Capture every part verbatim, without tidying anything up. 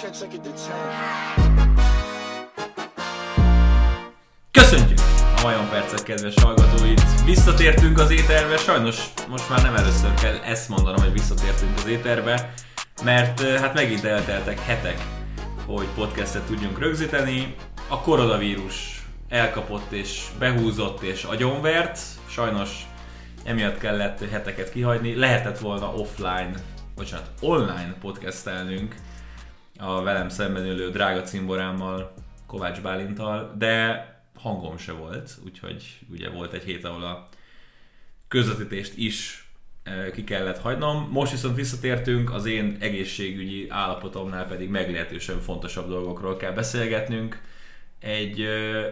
Köszöntjük a Vajon Percek kedves hallgatóit! Visszatértünk az éterbe, sajnos most már nem először kell ezt mondanom, hogy visszatértünk az éterbe, mert hát megint elteltek hetek, hogy podcastet tudjunk rögzíteni. A koronavírus elkapott és behúzott és agyonvert, sajnos emiatt kellett heteket kihagyni, lehetett volna offline, bocsánat, online podcastelnünk a velem szemben ülő drága cimborámmal, Kovács Bálinttal, de hangom se volt, úgyhogy ugye volt egy hét, ahol a közvetítést is ki kellett hagynom. Most viszont visszatértünk, az én egészségügyi állapotomnál pedig meglehetősen fontosabb dolgokról kell beszélgetnünk. Egy,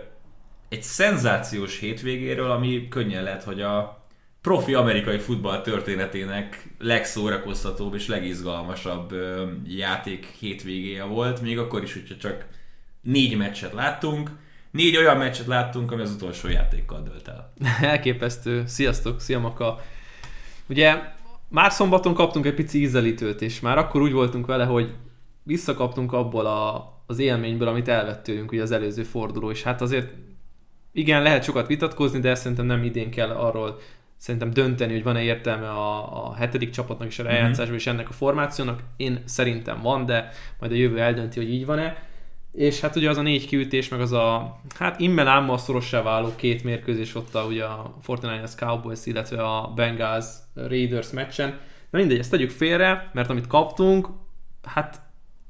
egy szenzációs hétvégéről, ami könnyen lehet, hogy a profi amerikai futball történetének legszórakoztatóbb és legizgalmasabb játék hétvégéje volt, még akkor is, hogyha csak négy meccset láttunk. Négy olyan meccset láttunk, ami az utolsó játékkal dölt el. Elképesztő. Sziasztok, szia Maka. Ugye már szombaton kaptunk egy pici ízelítőt, és már akkor úgy voltunk vele, hogy visszakaptunk abból a, az élményből, amit elvett tőlünk ugye az előző forduló, és hát azért igen, lehet sokat vitatkozni, de szerintem nem idén kell arról szerintem dönteni, hogy van-e értelme a, a hetedik csapatnak és a rájátszásban mm-hmm. és ennek a formációnak. Én szerintem van, de majd a jövő eldönti, hogy így van-e. És hát ugye az a négy kiütés, meg az a hát innen ámmal szorossá váló két mérkőzés ott a, ugye a negyvenkilences Cowboys, illetve a Bengals Raiders meccsen. Na mindegy, ezt tegyük félre, mert amit kaptunk, hát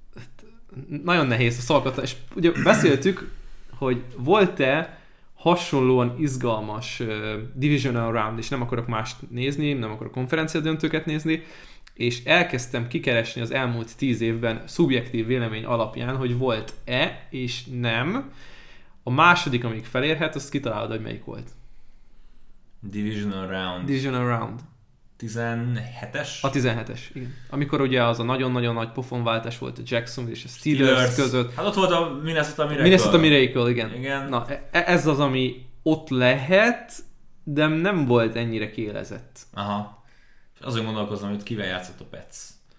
nagyon nehéz a szavakat. És ugye beszéltük, hogy volt-e hasonlóan izgalmas uh, divisional round, és nem akarok mást nézni, nem akarok konferencia döntőket nézni, és elkezdtem kikeresni az elmúlt tíz évben szubjektív vélemény alapján, hogy volt-e, és nem. A második, amíg felérhet, azt kitalálod, hogy melyik volt. Divisional round. Divisional round. tizenhetes? A tizenhetes, igen. Amikor ugye az a nagyon-nagyon nagy pofonváltás volt a Jackson és a Steelers, Steelers között. Hát ott volt a Minnesota Miracle. Minnesota Miracle, igen. igen. Na, ez az, ami ott lehet, de nem volt ennyire kiélezett. Aha. És azon gondolkozom, hogy kivel játszott a Pets.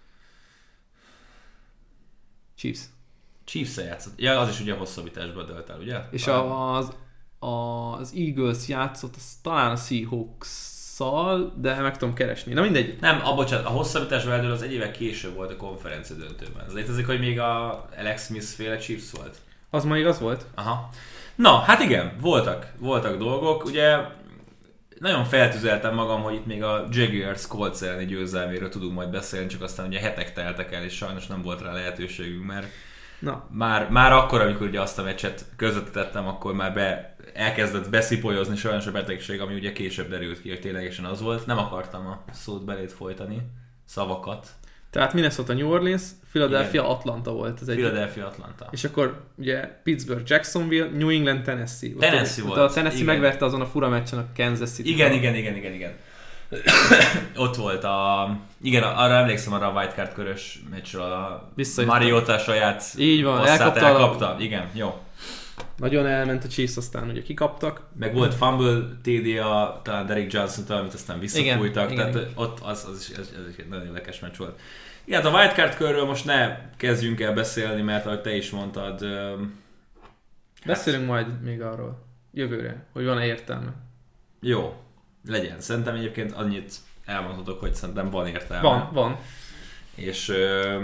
Chiefs. Chiefs-el játszott. Ja, az is ugye a hosszabbításban dölt el, ugye? És a, az, az Eagles játszott, az talán a Seahawks-szal, de meg tudom keresni. Na mindegy. Nem, a, bocsánat, a hosszabbításban eldől az egy évvel később volt a konferencia döntőben. Az létezik, hogy még a Alex Smith féle Chiefs volt. Az ma igaz volt? Aha. Na, hát igen, voltak, voltak dolgok. Ugye nagyon feltüzeltem magam, hogy itt még a Jaguars Colts elleni győzelméről tudunk majd beszélni, csak aztán ugye hetek teltek el, és sajnos nem volt rá lehetőségünk, mert Na. Már, már akkor, amikor ugye azt a meccset közvetítettem, akkor már be, elkezdett beszipolyozni sajnos a betegség, ami ugye később derült ki, hogy ténylegesen az volt. Nem akartam a szót belét folytani, szavakat. Tehát Minnesota New Orleans, Philadelphia igen. Atlanta volt az egyik. Philadelphia Atlanta. És akkor ugye Pittsburgh Jacksonville, New England Tennessee. Tennessee ott, volt. A Tennessee igen. megverte azon a fura meccsen a Kansas City. Igen, igen, igen, igen, igen. Ott volt a... Igen, arra emlékszem arra a wildcard körös meccsről, a Mariota saját így van, elkapta. elkapta. A... Igen, jó. Nagyon elment a Chiefs, aztán ugye kikaptak. Meg volt fumble té dé a talán Derrick Johnson-tól, amit aztán visszafújtak, tehát igen. ott az, az is, ez, ez is egy nagyon érdekes meccs volt. Igen, a wildcard körről most ne kezdjünk el beszélni, mert ahogy te is mondtad... Beszélünk hát... majd még arról jövőre, hogy van-e értelme. Jó. Legyen. Szerintem egyébként annyit elmondhatok, hogy szerintem van értelme. Van, van. És ö,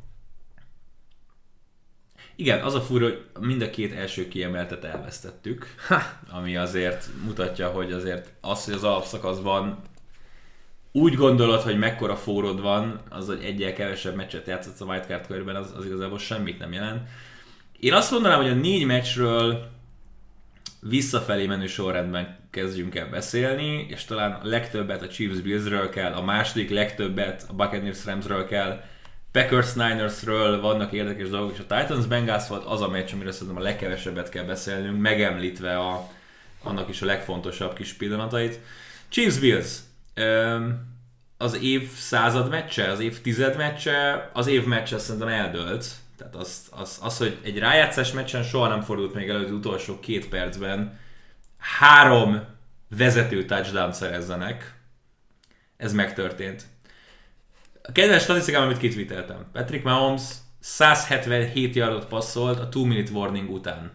igen, az a fura, hogy mind a két első kiemeltet elvesztettük, ha. Ami azért mutatja, hogy azért az, hogy az alapszakaszban úgy gondolod, hogy mekkora fórod van, az, hogy egyel kevesebb meccset játszhatsz a wildcard körben, az, az igazából semmit nem jelent. Én azt mondanám, hogy a négy meccsről visszafelé menő sorrendben kezdjünk el beszélni, és talán a legtöbbet a Chiefs Billsről kell, a második legtöbbet a Buccaneers Ramsről kell, Packers Ninersről vannak érdekes dolgok, és a Titans Bengals volt az a meccs, amiről szerintem a legkevesebbet kell beszélnünk, megemlítve a, annak is a legfontosabb kis pillanatait. Chiefs Bills, az év század meccse, az év tized meccse, az év meccse szerintem eldőlt. Tehát az, az, az, hogy egy rájátszás meccsen soha nem fordult még elő az utolsó két percben három vezető touchdown szerezzenek. Ez megtörtént. A kedves statisztikám, amit kitweeteltem. Patrick Mahomes száz hetvenhét yardot passzolt a two minute warning után.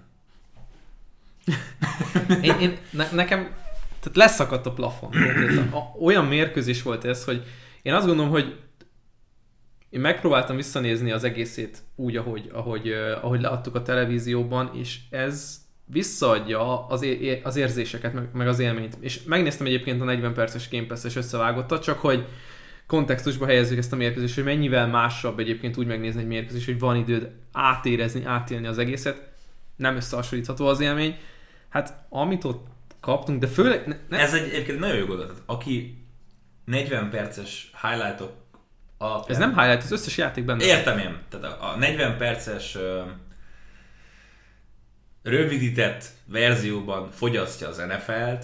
én, én, ne, nekem tehát leszakadt a plafon. Olyan mérkőzés volt ez, hogy én azt gondolom, hogy én megpróbáltam visszanézni az egészét úgy, ahogy, ahogy, ahogy leadtuk a televízióban, és ez visszaadja az, é- az érzéseket, meg, meg az élményt. És megnéztem egyébként a negyven perces Game Pass-es összevágottat, csak hogy kontextusba helyezzük ezt a mérkőzést, hogy mennyivel másabb egyébként úgy megnézni egy mérkőzést, hogy van időd átérezni, átélni az egészet. Nem összehasonlítható az élmény. Hát amit ott kaptunk, de főleg... Ne, ne... Ez egy, egyébként nagyon jó gondolat. Aki negyven perces highlightok alapján... Ez nem highlight, az összes játék benne. Értem én. Tehát a, a negyven perces uh, rövidített verzióban fogyasztja az en ef el-t,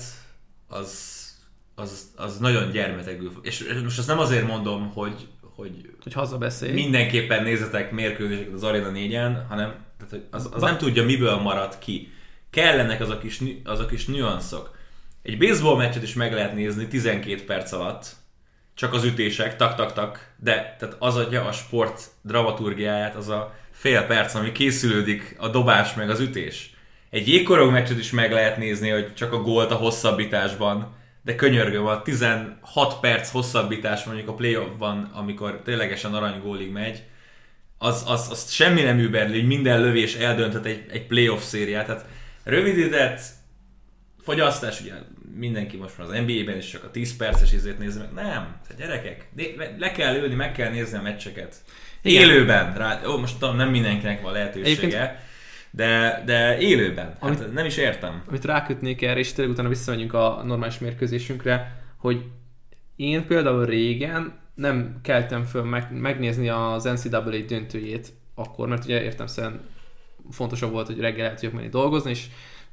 az, az, az nagyon gyermetegül. És most azt nem azért mondom, hogy, hogy, hogy hazabeszélj. Mindenképpen nézzetek mérkőzéseket az Arena négyen, hanem tehát, hogy az, az nem tudja, miből marad ki. Kellenek az a kis, az a kis nüanszok. Egy baseball meccset is meg lehet nézni tizenkét perc alatt, csak az ütések, tak-tak-tak, de tehát az adja a sport dramaturgiáját, az a fél perc, ami készülődik a dobás meg az ütés. Egy jégkorong meccset is meg lehet nézni, hogy csak a gólt a hosszabbításban, de könyörgöm, a tizenhat perc hosszabbítás mondjuk a playoffban, amikor ténylegesen aranygólig megy, az, az, az semmi nem überli, hogy minden lövés eldönthet egy, egy playoff szériát. Tehát rövidített fogyasztás, ugye mindenki most már az en bé á-ben is csak a tíz perces izét nézi meg. Nem, tehát gyerekek, le kell ülni, meg kell nézni a meccseket. Igen. Élőben. Rá, ó, most tudom, nem mindenkinek van lehetősége, de, de élőben. Hát amit, nem is értem. Amit rákötnék erre, és tényleg utána visszamegyünk a normális mérkőzésünkre, hogy én például régen nem keltem föl meg, megnézni az en cé á á döntőjét akkor, mert ugye értelemszerűen fontosabb volt, hogy reggel el tudjak menni dolgozni, és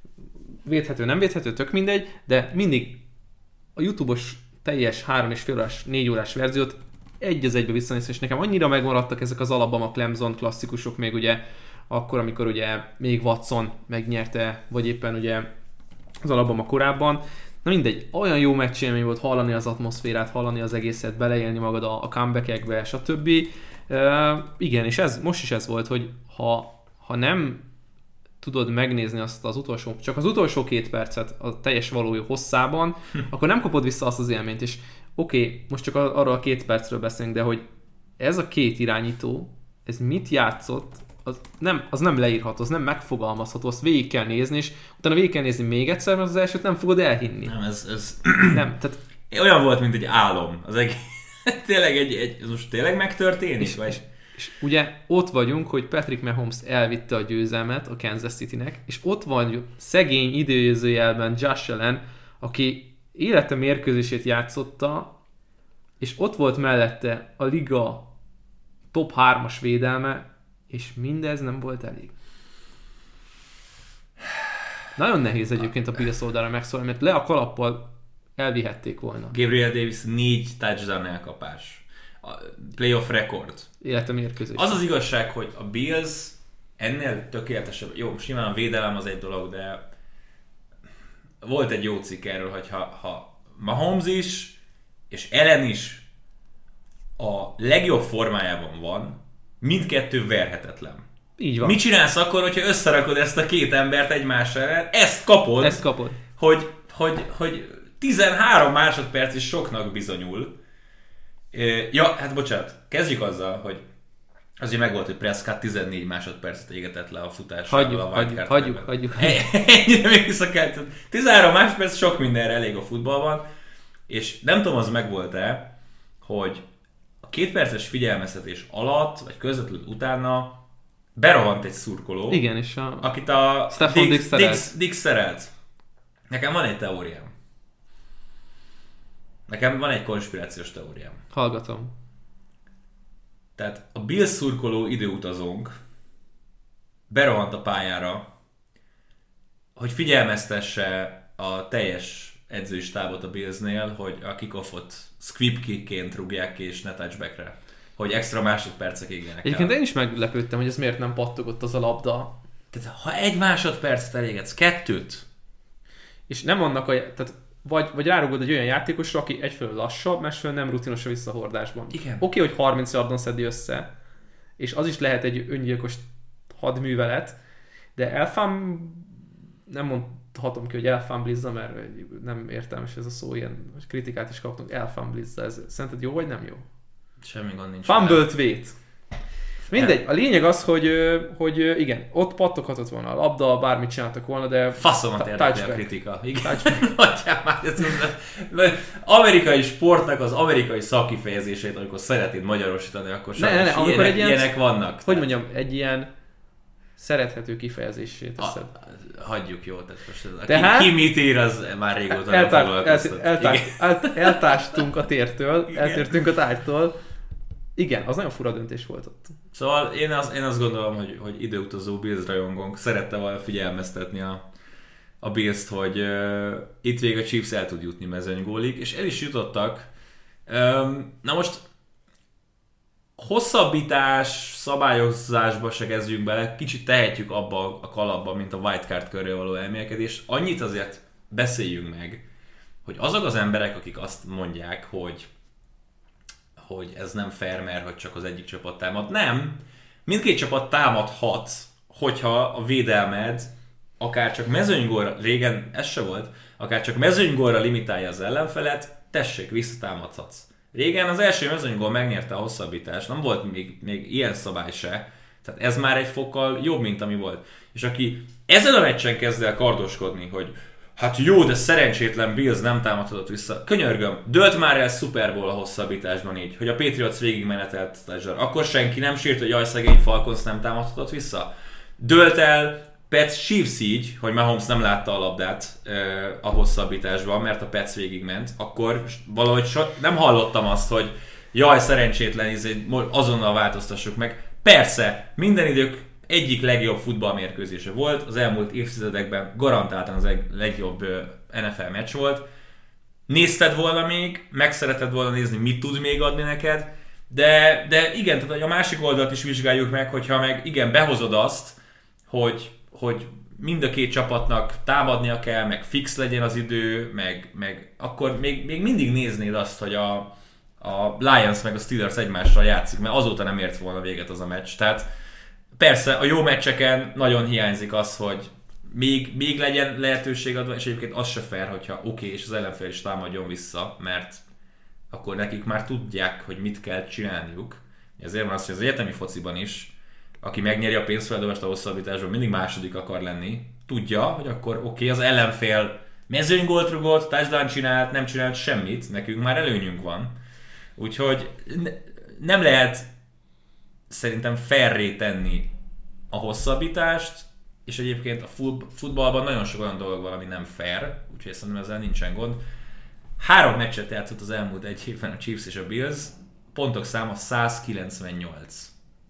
védhető, nem védhető, tök mindegy, de mindig a YouTube-os teljes három és fél órás, négy órás verziót egy az egybe visszanézni, és nekem annyira megmaradtak ezek az Alabama Clemson klasszikusok még ugye akkor, amikor ugye még Watson megnyerte, vagy éppen ugye az Alabama korábban. Na mindegy, olyan jó meccsélmény volt hallani az atmoszférát, hallani az egészet, beleélni magad a, a comeback-ekbe, stb. Uh, igen, és ez most is ez volt, hogy ha, ha nem tudod megnézni azt az utolsó, csak az utolsó két percet a teljes való hosszában, hm. akkor nem kapod vissza azt az élményt, és oké, okay, most csak arról a két percről beszélünk, de hogy ez a két irányító, ez mit játszott, az nem, az nem leírható, az nem megfogalmazható, azt végig kell nézni, és utána végig kell nézni még egyszer, mert az elsőt nem fogod elhinni. Nem, ez... ez... nem, tehát... Olyan volt, mint egy álom. Az egész... tényleg egy, egy... Ez most tényleg megtörténik? És, vagy? És ugye ott vagyunk, hogy Patrick Mahomes elvitte a győzelmet a Kansas Citynek, és ott van szegény időzőjelben Josh Allen, aki élete mérkőzését játszotta, és ott volt mellette a liga top hármas védelme, és mindez nem volt elég. Nagyon nehéz egyébként a Bills oldalra megszólni, mert le a kalappal elvihették volna. Gabriel Davis négy touchdown elkapás. A playoff rekord. Élete mérkőzés. Az az igazság, hogy a Bills ennél tökéletesebb. Jó, most nyilván a védelem az egy dolog, de volt egy jó cikk erről, hogy ha, ha Mahomes is, és Allen is a legjobb formájában van, mindkettő verhetetlen. Így van. Mit csinálsz akkor, hogyha összerakod ezt a két embert egymás ellen? Ezt kapod. Ezt kapod. Hogy, hogy, hogy tizenhárom másodperc is soknak bizonyul. Ja, hát bocsánat, kezdjük azzal, hogy azért megvolt, hogy Prescott tizennégy másodpercet égetett le a futással. Hagyjuk, a hagyjuk, hagyjuk, hagyjuk. Ennyire még vissza kell. tizenhárom másodperc sok mindenre elég a futballban, és nem tudom, az megvolt-e, hogy a két perces figyelmeztetés alatt, vagy közvetlenül utána berohant egy szurkoló, igen, és a... akit a Stefan Dix, Dix, Dix, Dix szerelt. Nekem van egy teóriám. Nekem van egy konspirációs teóriám. Hallgatom. Tehát a Bills szurkoló időutazónk berohant a pályára, hogy figyelmeztesse a teljes edzői stábot a Billsnél, hogy a kickoffot squib kickként rúgják ki, és ne touchbackre. Hogy extra másodpercek égjenek. Egyébként én is meglepődtem, hogy ez miért nem pattogott az a labda. Tehát ha egy másodpercet elégetsz, kettőt. És nem annak a... Tehát vagy, vagy rárugod egy olyan játékosra, aki egyfelől lassabb, másfelől nem rutinos a visszahordásban. Igen. Oké, okay, hogy harminc yardon szedi össze, és az is lehet egy öngyilkos hadművelet, de elfám, nem mondhatom ki, hogy elfamblizza, mert nem értelmes ez a szó, ilyen kritikát is kaptunk, elfamblizza, ez szerinted jó vagy nem jó? Semmi gond nincs. Fumbled wait. Mindegy, a lényeg az, hogy, hogy igen, ott pattoghatott volna a labda, bármit csináltak volna, de... Faszomat érdekel a kritika. Igen. Amerikai sportnak az amerikai szakkifejezését, amikor szeretnéd magyarosítani, akkor ne, ne, ne, ilyenek, egy ilyen, ilyenek vannak. Hogy tehát. mondjam, egy ilyen szerethető kifejezését teszed. Hagyjuk jó, tehát most ez, tehát, ki, ki mit ír, az már régóta nem foglalkoztat. Eltár, eltár, eltástunk a tértől, igen. eltértünk a tárgytól. Igen, az nagyon fura döntés volt ott. Szóval én, az, én azt gondolom, hogy, hogy időutazó Bills rajongónk szerette volna figyelmeztetni a, a Bills-t, hogy uh, itt végig a Chiefs el tud jutni mezőnygólig, és el is jutottak. Um, na most hosszabbítás, szabályozásba se kezdjünk bele, kicsit tehetjük abba a kalapba, mint a wildcard körül való elmélkedés. Annyit azért beszéljünk meg, hogy azok az emberek, akik azt mondják, hogy hogy ez nem fair, mert hogy csak az egyik csapat támad. Nem! Mindkét csapat támadhat, hogyha a védelmed akár csak mezőnygólra, régen ez se volt, akár csak mezőnygólra limitálja az ellenfelet, tessék, visszatámadhatsz. Régen az első mezőnygól megnyerte a hosszabbítást, nem volt még, még ilyen szabály se, tehát ez már egy fokkal jobb, mint ami volt. És aki ezen a meccsen kezd el kardoskodni, hogy hát jó, de szerencsétlen Bills nem támadhatott vissza. Könyörgöm, dölt már el Super Bowl a hosszabbításban így, hogy a Patriots végigmenetelt Tajzsar. Akkor senki nem sírt, hogy jaj, szegény Falcons nem támadhatott vissza. Dölt el Pets Chiefs így, hogy Mahomes nem látta a labdát uh, a hosszabbításban, mert a Pets végigment. Akkor valahogy so, nem hallottam azt, hogy jaj, szerencsétlen, azonnal változtassuk meg. Persze, minden idők egyik legjobb futballmérkőzése volt, az elmúlt évtizedekben garantáltan az legjobb en ef el meccs volt. Nézted volna még, meg szereted volna nézni, mit tud még adni neked, de, de igen, tehát a másik oldalt is vizsgáljuk meg, hogyha meg igen, behozod azt, hogy, hogy mind a két csapatnak támadnia kell, meg fix legyen az idő, meg, meg akkor még, még mindig néznéd azt, hogy a, a Lions meg a Steelers egymással játszik, mert azóta nem ért volna véget az a meccs. Tehát persze a jó meccseken nagyon hiányzik az, hogy még, még legyen lehetőség adva, és egyébként az se fair, hogyha oké, okay, és az ellenfél is támadjon vissza, mert akkor nekik már tudják, hogy mit kell csinálniuk. Ezért van az, hogy az egyetemi fociban is, aki megnyeri a pénzfeldobást a hosszabbításban, mindig második akar lenni, tudja, hogy akkor oké, okay, az ellenfél mezőnygolt rugott, touchdown csinált, nem csinált semmit, nekünk már előnyünk van. Úgyhogy ne, nem lehet szerintem fairré tenni a hosszabbítást, és egyébként a futballban nagyon sok olyan dolog van, ami nem fair, úgyhogy szerintem ezzel nincsen gond. Három meccset játszott az elmúlt egy évben a Chiefs és a Bills, pontok száma száz kilencvennyolc.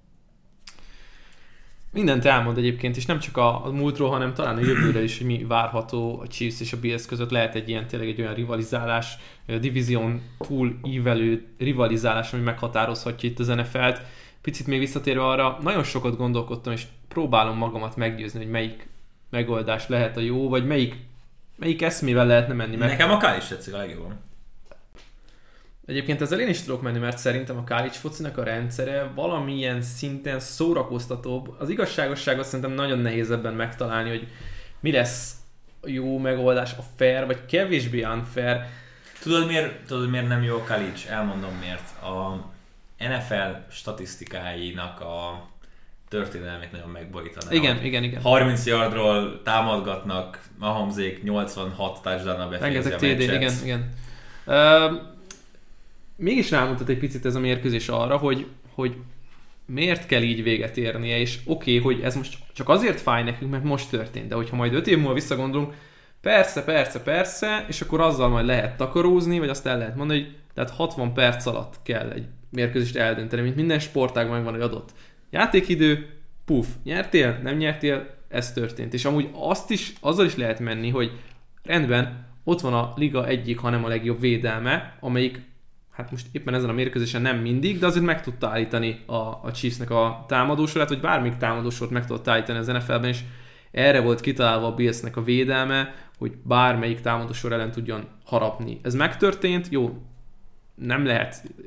Mindent elmond egyébként, és nem csak a, a múltról, hanem talán a jövőre is, hogy mi várható a Chiefs és a Bills között. Lehet egy ilyen tényleg egy olyan rivalizálás, division túl ívelő rivalizálás, ami meghatározhatja itt az en ef el-t. Picit még visszatérve arra, nagyon sokat gondolkodtam, és próbálom magamat meggyőzni, hogy melyik megoldás lehet a jó, vagy melyik, melyik eszmével lehetne menni meg. Nekem a college tetszik a legjobban. Egyébként ezzel én is tudok menni, mert szerintem a college focinak a rendszere valamilyen szinten szórakoztatóbb. Az igazságosságot szerintem nagyon nehéz ebben megtalálni, hogy mi lesz a jó megoldás, a fair, vagy kevésbé unfair. Tudod miért, tudod, miért nem jó a college? Elmondom miért. A en ef el statisztikáinak a történelmét nagyon megborítaná. Igen, igen, igen. harminc yardról támadgatnak, Mahomesék nyolcvanhat touchdown-nal befejezi a meccset. Igen, igen. Uh, mégis rámutat egy picit ez a mérkőzés arra, hogy, hogy miért kell így véget érnie, és oké, okay, hogy ez most csak azért fáj nekünk, mert most történt, de hogyha majd öt év múlva visszagondolunk, persze, persze, persze, és akkor azzal majd lehet takarózni, vagy azt el lehet mondani, hogy tehát hatvan perc alatt kell egy mérkőzést eldönteni, mint minden sportágban megvan egy adott játékidő, puf, nyertél, nem nyertél, ez történt. És amúgy azt is, azzal is lehet menni, hogy rendben, ott van a liga egyik, hanem a legjobb védelme, amelyik hát most éppen ezen a mérkőzésen nem mindig, de azért meg tudta állítani a, a Chiefsnek a támadósorát, vagy bármik támadósort meg tudta állítani az en ef el-ben, és erre volt kitalálva a Billsnek a védelme, hogy bármelyik támadósor ellen tudjon harapni. Ez megtörtént, jó, nem lehet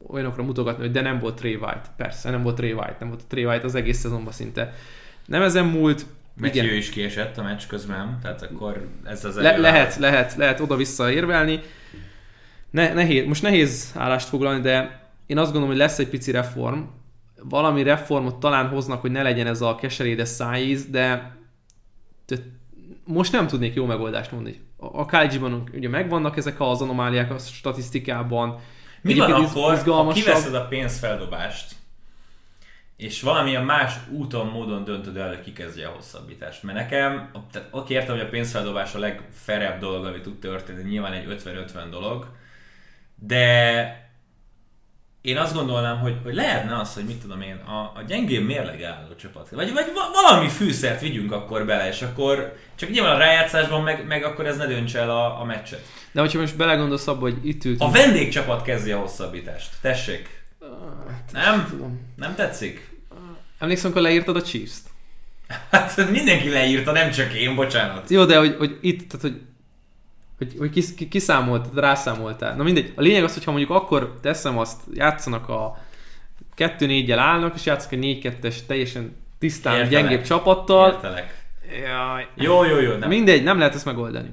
olyanokra mutogatni, hogy de nem volt Trey White. Persze, nem volt Trey White, nem volt Trey White az egész szezonban szinte. Nem ezen múlt. Matthew is kiesett a meccs közben, tehát akkor ez az Le- lehet, lehet, lehet oda-vissza érvelni. Ne, nehéz, most nehéz állást foglalni, de én azt gondolom, hogy lesz egy pici reform. Valami reformot talán hoznak, hogy ne legyen ez a keserédes szájíz, de most nem tudnék jó megoldást mondani. A ká gé-ban ugye megvannak ezek az anomáliák a statisztikában. Mi van akkor, ha kiveszed a pénzfeldobást, és valamilyen más úton, módon döntöd el, hogy ki kezdje a hosszabbítást? Mert nekem, tehát oké, értem, hogy a pénzfeldobás a legferebb dolog, ami tud történni, nyilván egy ötven-ötven dolog, de én azt gondolnám, hogy, hogy lehetne az, hogy mit tudom én, a, a gyengén mérleg álló csapat, vagy, vagy valami fűszert vigyünk akkor bele, és akkor csak nyilván a rájátszásban meg, meg akkor ez ne döntse el a, a meccset. De hogyha most belegondolsz abba, hogy itt ültünk... A vendégcsapat kezdi a hosszabbítást. Tessék. Nem? Nem tetszik? Emlékszem, amikor leírtad a Chiefs-t? Hát mindenki leírta, nem csak én, bocsánat. Jó, de hogy, hogy itt, tehát hogy hogy, hogy kis, kiszámoltad, rászámoltál. Na mindegy. A lényeg az, hogy ha mondjuk akkor teszem azt, játszanak a kettő négyel állnak, és játszanak egy négy kettes teljesen tisztán Értelek. gyengébb csapattal. Értelek. Jaj. Jó, jó, jó. Nem. Mindegy, nem lehet ezt megoldani.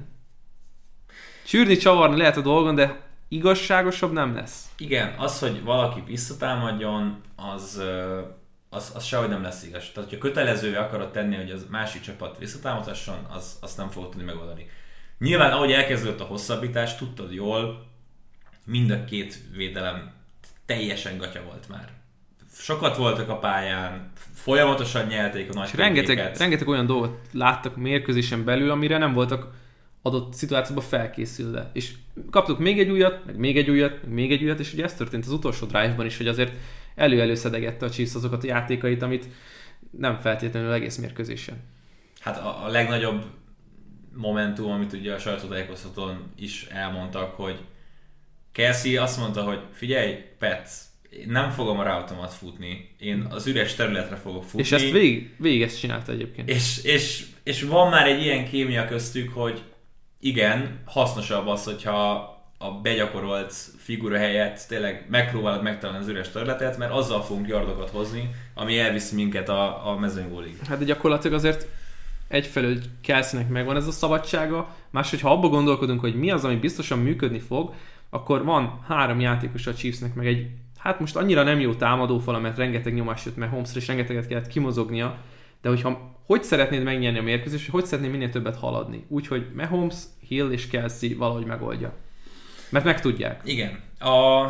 Sűrni, csavarni lehet a dolgon, de igazságosabb nem lesz. Igen, az, hogy valaki visszatámadjon, az, az, az sehogy nem lesz igaz. Tehát, hogyha kötelezővé akarod tenni, hogy az másik csapat visszatámadhasson, az, azt nem fogod tudni megoldani. Nyilván, ahogy elkezdődött a hosszabbítás, tudtad jól, mind a két védelem teljesen gatya volt már. Sokat voltak a pályán, folyamatosan nyelték a nagy rengeteg, rengeteg olyan dolgot láttak mérkőzésen belül, amire nem voltak adott szituációban felkészülve. És kaptuk még egy újat, meg még egy újat, meg még egy újat, és ugye ez történt az utolsó drive-ban is, hogy azért elő-előszedegette a Chiefs azokat a játékait, amit nem feltétlenül egész mérkőzésen. Hát a, a legnagyobb momentum, amit ugye a sajtótájékoztatón is elmondtak, hogy Kelsey azt mondta, hogy figyelj, Pets, én nem fogom a routomat futni, én az üres területre fogok futni. És ezt végig, végig ezt csinálta egyébként. És, és, és van már egy ilyen kémia köztük, hogy igen, hasznosabb az, hogyha a begyakorolt figura helyett tényleg megpróbálod megtalálni az üres területet, mert azzal fogunk yardokat hozni, ami elviszi minket a, a mezőnygólig. Hát de gyakorlatilag azért egyfelől Kelseynek megvan ez a szabadsága, máshogy ha abba gondolkodunk, hogy mi az, ami biztosan működni fog, akkor van három játékos a Chiefsnek, meg egy, hát most annyira nem jó támadófala, mert rengeteg nyomás jött, mert Holmesra is rengeteget kellett kimozognia, de hogyha hogy szeretnéd megnyerni a mérkőzést, hogy szeretnéd minél többet haladni? Úgyhogy Mahomes, Hill és Kelsey valahogy megoldja. Mert meg tudják. Igen. A...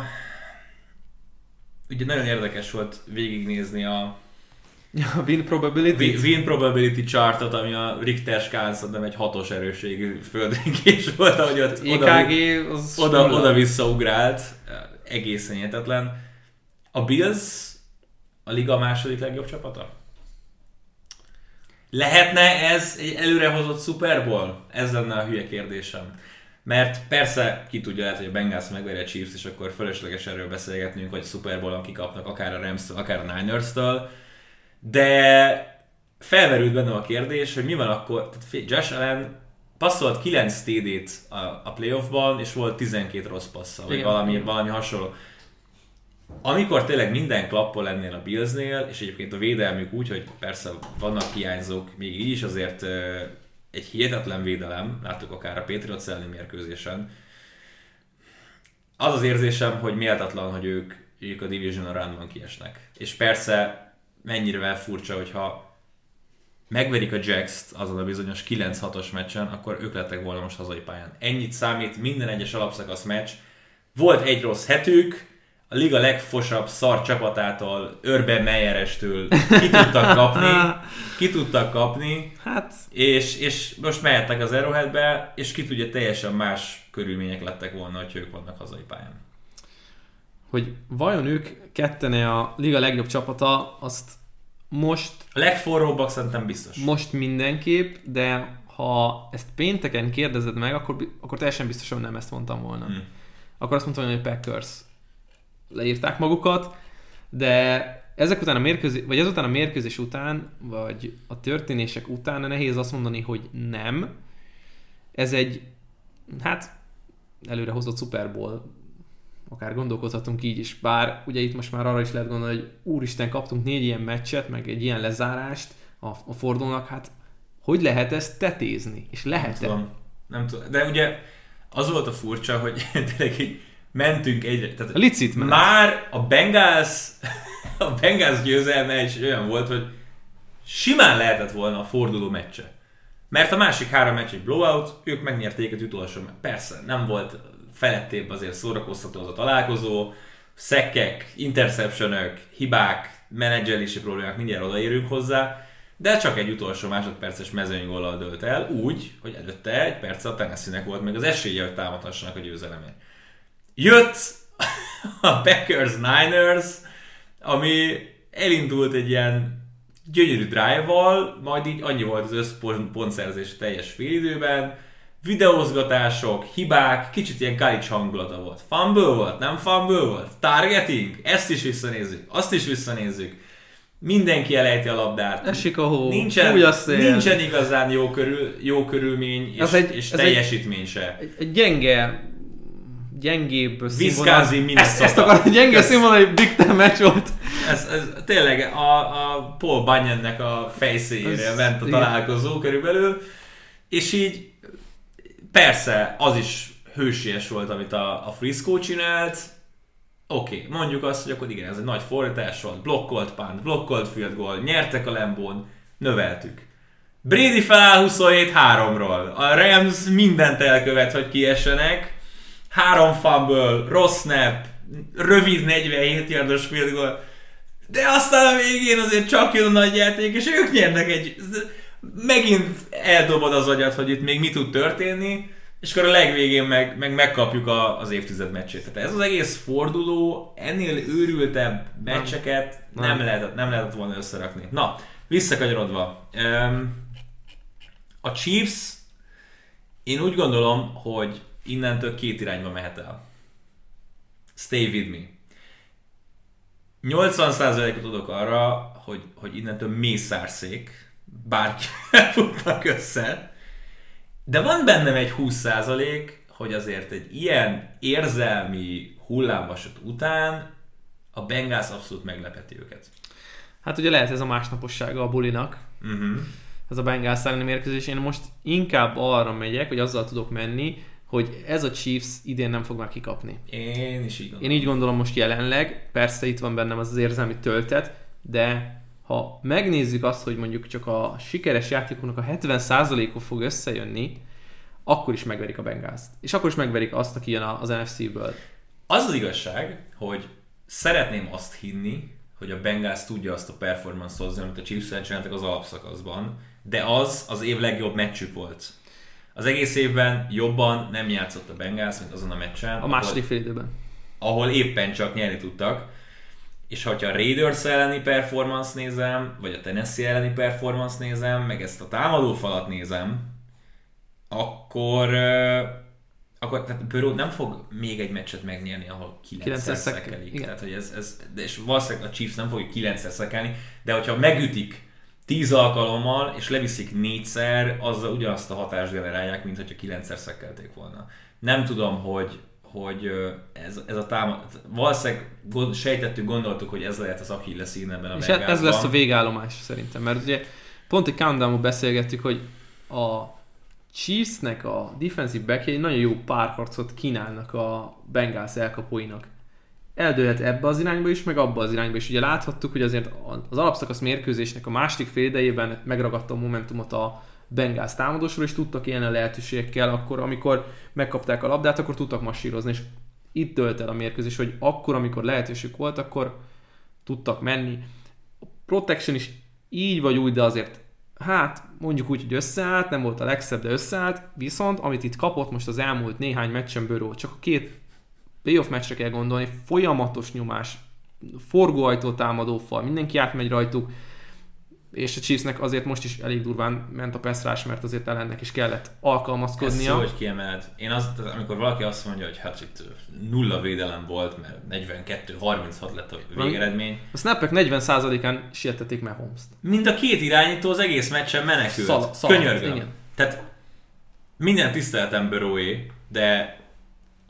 Ugye nagyon érdekes volt végignézni a A win probability. Win probability chartot, ami a Richter skálán szerintem egy hatos erősségű földrengés volt, ahogy ott oda, oda, oda visszaugrált. Egészen hihetetlen. A Bills a liga második legjobb csapata? Lehetne ez egy előrehozott Super Bowl? Ez lenne a hülye kérdésem. Mert persze ki tudja, lehet, hogy a Bengals megveri a Chiefs, és akkor fölösleges erről beszélgetnünk, hogy a Super Bowl-on kikapnak akár a Rams-től, akár a Niners-től. De felmerült bennem a kérdés, hogy mi van akkor, tehát Josh Allen passzolt kilenc té dét a, a playoffban, és volt tizenkét rossz passza, vagy valami, valami hasonló. Amikor tényleg minden klappol lennél a Billsnél, és egyébként a védelmük úgy, hogy persze vannak hiányzók, még így is azért egy hihetetlen védelem, láttuk akár a Patriots elleni mérkőzésen. Az az érzésem, hogy méltatlan, hogy ők, ők a Division Runban kiesnek. És persze mennyire furcsa, hogyha megverik a Jacks-t azon a bizonyos kilenc hatos meccsen, akkor ők lettek volna most hazai pályán. Ennyit számít minden egyes alapszakasz meccs. Volt egy rossz hetük, a liga legfosabb szar csapatától, Urban Meyerestől ki tudtak kapni, ki tudtak kapni, hát. és, és most mehettek az Arrowheadbe, és ki tudja, teljesen más körülmények lettek volna, hogy ők vannak hazai pályán. Hogy vajon ők kettene a liga legjobb csapata, azt most... A legforróbbak szerintem biztos. Most mindenképp, de ha ezt pénteken kérdezed meg, akkor, akkor teljesen biztosan nem ezt mondtam volna. Hmm. Akkor azt mondtam, hogy a Packers leírták magukat, de ezek után a mérkőzés, vagy ezután a mérkőzés után, vagy a történések után nehéz azt mondani, hogy nem. Ez egy, hát előre hozott Super Bowl akár gondolkozhatunk így is, bár ugye itt most már arra is lehet gondolni, hogy úristen, kaptunk négy ilyen meccset, meg egy ilyen lezárást a, a fordulónak, hát hogy lehet ezt tetézni? És lehet-e? Nem tudom, nem tudom. De ugye az volt a furcsa, hogy tényleg így mentünk egyre. Tehát a licit ment. Már a Bengals, a Bengals győzelme is olyan volt, hogy simán lehetett volna a forduló meccse. Mert a másik három meccs egy blowout, ők megnyerték az utolsó. Persze, nem volt felettébb azért szórakoztató az a találkozó, szekkek, interceptionök, hibák, menedzselési problémák, mindjárt odaérünk hozzá, de csak egy utolsó másodperces mezőnygóllal dőlt el, úgy, hogy előtte egy perc a Tennessee-nek volt meg az esélye, hogy támadhassanak a győzelemért. Jött a Packers-Niners, ami elindult egy ilyen gyönyörű drive-val, majd így annyi volt az összpontszerzés teljes félidőben, videózgatások, hibák, kicsit ilyen college hangulata volt. Fumble volt, nem fumble volt, targeting, ezt is visszanézzük, azt is visszanézzük. Mindenki elejti a labdát. Esik a hó, nincsen, fúj a szél. Nincsen igazán jó, körül, jó körülmény és, egy, és teljesítmény egy, se. Egy, egy gyenge, gyengébb színvonal. Ezt, ezt akar, gyenge ez, színvonal, egy Big Ten meccs volt. Ez, ez tényleg a, a Paul Bunyannek a fejszéjére ment a találkozó igen. körülbelül. És így persze az is hősies volt, amit a, a Frisco csinált. Oké, okay, mondjuk azt, hogy akkor igen, ez egy nagy fordítás volt, blokkolt punt, blokkolt field goal, nyertek a Lambón, növeltük. Brady feláll huszonhét háromról, a Rams mindent elkövet, hogy kiessenek, három fumble, rossz snap, rövid negyvenhét yardos field goal, de aztán a végén azért csak jön a nagy játék, és ők nyernek egy... Megint eldobod az agyat, hogy itt még mi tud történni, és akkor a legvégén meg, meg megkapjuk a, az évtized meccsét. Tehát ez az egész forduló, ennél őrültebb meccseket nem, nem. Nem, lehetett, nem lehetett volna összerakni. Na, visszakanyarodva. A Chiefs, én úgy gondolom, hogy innentől két irányba mehet el. Stay with me. nyolcvan százalékot tudok arra, hogy, hogy innentől mészárszék, bárkivel futnak össze. De van bennem egy húsz százalék, hogy azért egy ilyen érzelmi hullámvasút után a Bengals abszolút meglepeti őket. Hát ugye lehet ez a másnapossága a bulinak. Uh-huh. Ez a Bengals elleni mérkőzés. Én most inkább arra megyek, hogy azzal tudok menni, hogy ez a Chiefs idén nem fog már kikapni. Én is így gondolom. Én így gondolom most jelenleg. Persze itt van bennem az az érzelmi töltet, de ha megnézzük azt, hogy mondjuk csak a sikeres játékoknak a hetven százaléka fog összejönni, akkor is megverik a Bengals-t. És akkor is megverik azt, aki jön az en ef cé-ből. Az az igazság, hogy szeretném azt hinni, hogy a Bengals tudja azt a performance hozni, amit a Chiefs-el csináltak az alapszakaszban, de az az év legjobb meccsük volt. Az egész évben jobban nem játszott a Bengals, mint azon a meccsen. A második fél időben. Ahol éppen csak nyerni tudtak. És ha a Raiders elleni performance nézem, vagy a Tennessee elleni performance nézem, meg ezt a támadófalat nézem, akkor, uh, akkor tehát Burrow nem fog még egy meccset megnyerni, ahol kilencszer szekkelik. Tehát, hogy ez, ez, és valószínűleg a Chiefs nem fogja kilencszer szekkelni, de hogyha megütik tíz alkalommal, és leviszik négyszer, azzal ugyanazt a hatást generálják, mint hogyha kilencszer szekkelték volna. Nem tudom, hogy hogy ez, ez a támad... Valószínűleg gond, sejtettük, gondoltuk, hogy ez lehet az Achilles-szín ebben a Bengalsban. És ez lesz a végállomás szerintem, mert ugye pont egy countdown-ban beszélgettük, hogy a Chiefsnek a defensive backjei nagyon jó párharcot kínálnak a Bengals elkapóinak. Eldőlhet ebbe az irányba is, meg abba az irányba is. Ugye láthattuk, hogy azért az alapszakasz mérkőzésnek a második fél idejében megragadta a momentumot a Bengals támadósról, és tudtak ilyen lehetőségekkel, akkor amikor megkapták a labdát, akkor tudtak massírozni, és itt dölt el a mérkőzés, hogy akkor, amikor lehetőség volt, akkor tudtak menni. A protection is így vagy úgy, de azért hát mondjuk úgy, hogy összeállt, nem volt a legszebb, de összeállt, viszont amit itt kapott most az elmúlt néhány meccsen Burrow, csak a két playoff meccsre kell gondolni, folyamatos nyomás, forgóajtó támadófal, mindenki átmegy rajtuk, és a Chiefsnek azért most is elég durván ment a pass rush, mert azért ellennek is kellett alkalmazkodnia. Ez szó, hogy kiemelt. Én azt, amikor valaki azt mondja, hogy hát itt nulla védelem volt, mert negyvenkettő harminchat lett a végeredmény. A snappek negyven százalékán sietették Mahomes-t. Mind a két irányító az egész meccsen menekült. Szal- Könyörgöm. Igen. Tehát minden tiszteletem Burrowé, de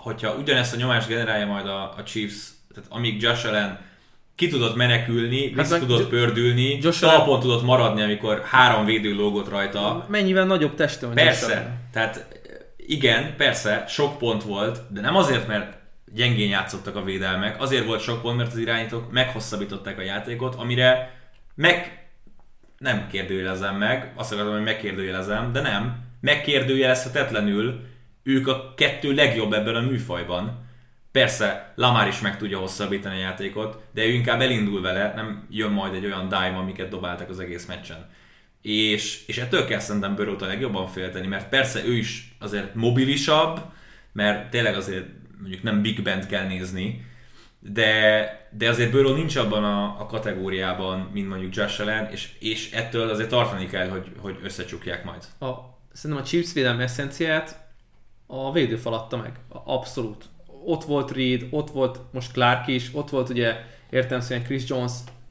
hogyha ugyanezt a nyomást generálja majd a, a Chiefs, tehát amíg Josh Allen ki tudott menekülni, vissza hát tudott pördülni, talpon tudott maradni, amikor három védő lógott rajta. Mennyivel nagyobb teste van. Persze, tehát igen, persze, sok pont volt, de nem azért, mert gyengén játszottak a védelmek, azért volt sok pont, mert az irányítók meghosszabbították a játékot, amire meg nem kérdőjelezem meg, azt akarom, hogy megkérdőjelezem, de nem, megkérdőjelezhetetlenül ők a kettő legjobb ebben a műfajban. Persze, Lamar is meg tudja hosszabbítani a játékot, de ő inkább elindul vele, nem jön majd egy olyan dive, amiket dobáltak az egész meccsen. És, és ettől kell szerintem Burrowt a legjobban félteni, mert persze ő is azért mobilisabb, mert tényleg azért mondjuk nem Big Bent kell nézni, de, de azért Burrow nincs abban a, a kategóriában, mint mondjuk Josh Allen, és, és ettől azért tartani kell, hogy, hogy összecsukják majd. A, szerintem a Chiefs védelmi eszenciát a védőfal adta meg. Abszolút. Ott volt Reed, ott volt most Clark is, ott volt ugye értelemszerűen Chris Jones.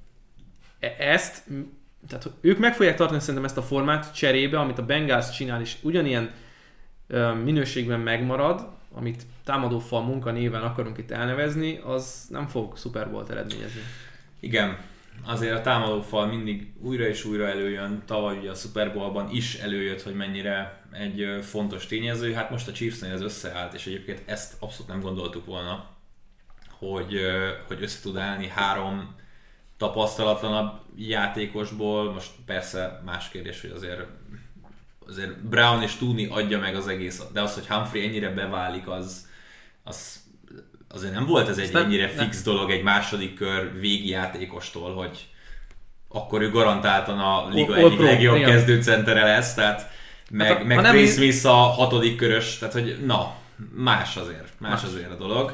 Ezt, tehát ők meg fogják tartani szerintem ezt a formát cserébe, amit a Bengals csinál is ugyanilyen ö, minőségben megmarad, amit támadófal munka néven akarunk itt elnevezni, az nem fog Super Bowl-t eredményezni. Igen, azért a támadófal mindig újra és újra előjön, tavaly ugye a Super Bowl-ban is előjött, hogy mennyire egy fontos tényező, hát most a Chiefsnél ez összeállt, és egyébként ezt abszolút nem gondoltuk volna, hogy, hogy össze tud állni három tapasztalatlanabb játékosból, most persze más kérdés, hogy azért, azért Brown és Tooney adja meg az egész, de az, hogy Humphrey ennyire beválik, az, az azért nem volt ez egy nem, ennyire fix nem. dolog egy második kör végi játékostól, hogy akkor ő garantáltan a liga o, egyik legjobb igen. kezdőcentere lesz, tehát meg, hát a, meg Trace Smith a hatodik körös, tehát hogy na, más azért, más, más. azért a dolog.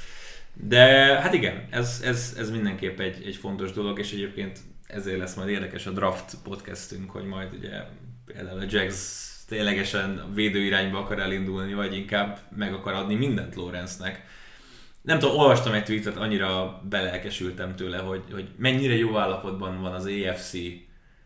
De hát igen, ez, ez, ez mindenképp egy, egy fontos dolog, és egyébként ezért lesz majd érdekes a draft podcastünk, hogy majd ugye például a Jags ténylegesen védőirányba akar elindulni, vagy inkább meg akar adni mindent Lawrence-nek. Nem tudom, olvastam egy tweetet, annyira belelkesültem tőle, hogy, hogy mennyire jó állapotban van az á ef cé,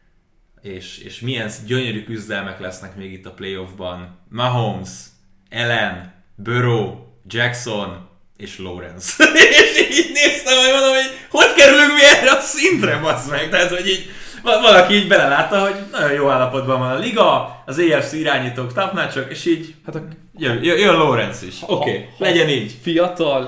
és, és milyen gyönyörű küzdelmek lesznek még itt a playoffban. Mahomes, Allen, Burrow, Jackson és Lawrence. És így néztem, hogy mondom, hogy hogy kerülünk mi erre a szintre, bassz meg. Tehát, hogy így valaki így belelátta, hogy nagyon jó állapotban van a liga, az á ef cé irányítók, tapnácsok, és így hát a... jön, jön Lawrence is. Oké, okay, legyen így. Fiatal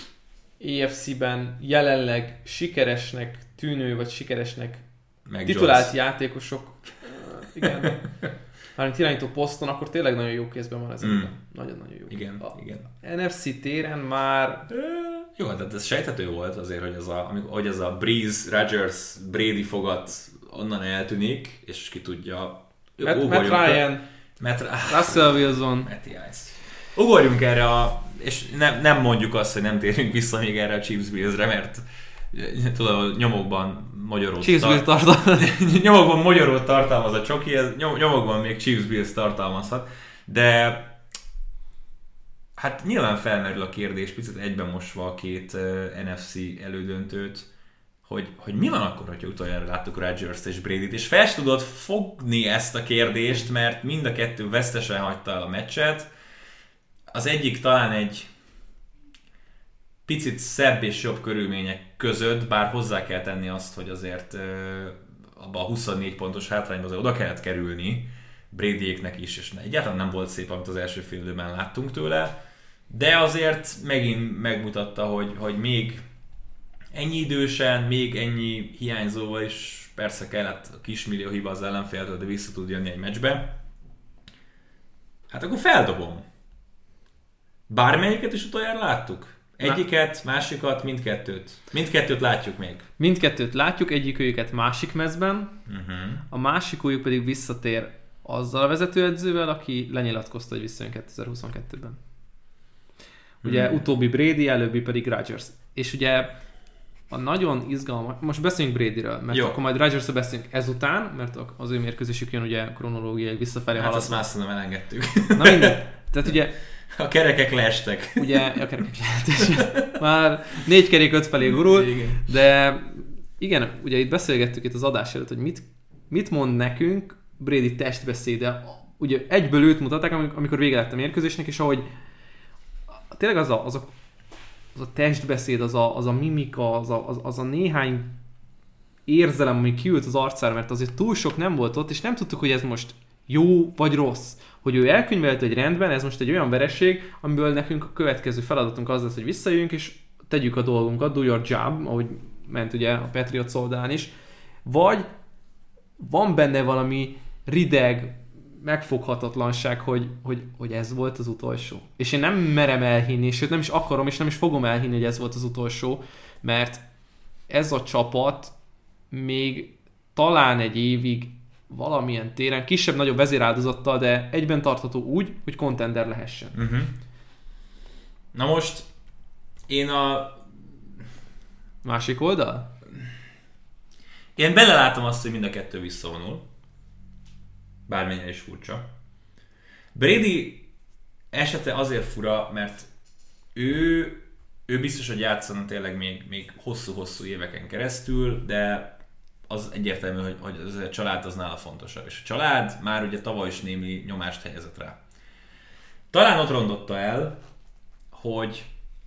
á ef cé-ben jelenleg sikeresnek tűnő, vagy sikeresnek Meg titulált Jones. játékosok, igen, hát irányító poszton, akkor tényleg nagyon jó kézben van ez. Mm. Nagyon-nagyon jó. Igen, a igen. en ef cé téren már... Jó, hát ez sejthető volt azért, hogy ez a, amikor, hogy ez a Breeze, Rodgers, Brady fogat onnan eltűnik, és ki tudja... Matt, Matt Ryan, Matt, Russell Wilson, Matty Ice. Ugorjunk erre a... És ne, nem mondjuk azt, hogy nem térünk vissza még erre a Chiefs Bills-re, mert tudom, nyomokban magyarót Chiefs tartalmaz. nyomokban magyarót tartalmaz a csoki, nyom, nyomokban még Chiefs Bills tartalmazhat, de hát nyilván felmerül a kérdés, picit egyben mosva a két en ef cé elődöntőt, hogy, hogy mi van akkor, hogyha utoljára láttuk Rodgers-t és Brady-t, és fel tudod fogni ezt a kérdést, mert mind a kettő vesztesen hagyta el a meccset. Az egyik talán egy picit szebb és jobb körülmények között, bár hozzá kell tenni azt, hogy azért abba a huszonnégy pontos hátrányba azért oda kellett kerülni Bradyéknek is, és egyáltalán nem volt szép, amit az első fél időben láttunk tőle, de azért megint megmutatta, hogy, hogy még ennyi idősen, még ennyi hiányzóval is persze kellett a kismillió hiba az ellenféltől, de vissza tud jönni egy meccsbe. Hát akkor feldobom. Bármelyiket is utoljára láttuk? Egyiket, másikat, mindkettőt. Mindkettőt látjuk még. Mindkettőt látjuk, egyikőjüket másik mezben, uh-huh. a másikőjük pedig visszatér azzal a vezetőedzővel, aki lenyilatkozta, hogy visszajön kétezer-huszonkettőben. Ugye uh-huh. utóbbi Brady, előbbi pedig Rodgers. És ugye a nagyon izgalmas, most beszéljünk Bradyről, mert Jó. akkor majd Rodgersről beszélünk ezután, mert az ő mérkőzésük jön ugye kronológiai visszafelé hát haladva. Hát azt már szerintem elengedtük. Na minden. Tehát ugye a kerekek leestek. Ugye, a kerekek leestek. Már négy kerék öt felé gurul, de igen, ugye itt beszélgettük itt az adás előtt, hogy mit, mit mond nekünk Brady testbeszéde. Ugye egyből őt mutatták, amikor vége lett a mérkőzésnek, és ahogy tényleg az a, az a, az a testbeszéd, az a, az a mimika, az a, az, az a néhány érzelem, ami kiült az arcára, mert azért túl sok nem volt ott, és nem tudtuk, hogy ez most jó vagy rossz. Hogy ő elkönyvelte, hogy rendben, ez most egy olyan vereség, amiből nekünk a következő feladatunk az lesz, hogy visszajöjjünk, és tegyük a dolgunkat, do your job, ahogy ment ugye a Patriot oldalán is. Vagy van benne valami rideg, megfoghatatlanság, hogy, hogy, hogy ez volt az utolsó. És én nem merem elhinni, sőt nem is akarom, és nem is fogom elhinni, hogy ez volt az utolsó, mert ez a csapat még talán egy évig valamilyen téren, kisebb-nagyobb vezéráldozattal, de egyben tartható úgy, hogy contender lehessen. Uh-huh. Na most én a... Másik oldal? Én belelátom azt, hogy mind a kettő visszavonul. Bármennyire is furcsa. Brady esete azért fura, mert ő, ő biztos, hogy játszana tényleg még, még hosszú-hosszú éveken keresztül, de az egyértelmű, hogy, hogy az a család az nála fontosabb. És a család már ugye tavaly is némi nyomást helyezett rá. Talán ott rondotta el, hogy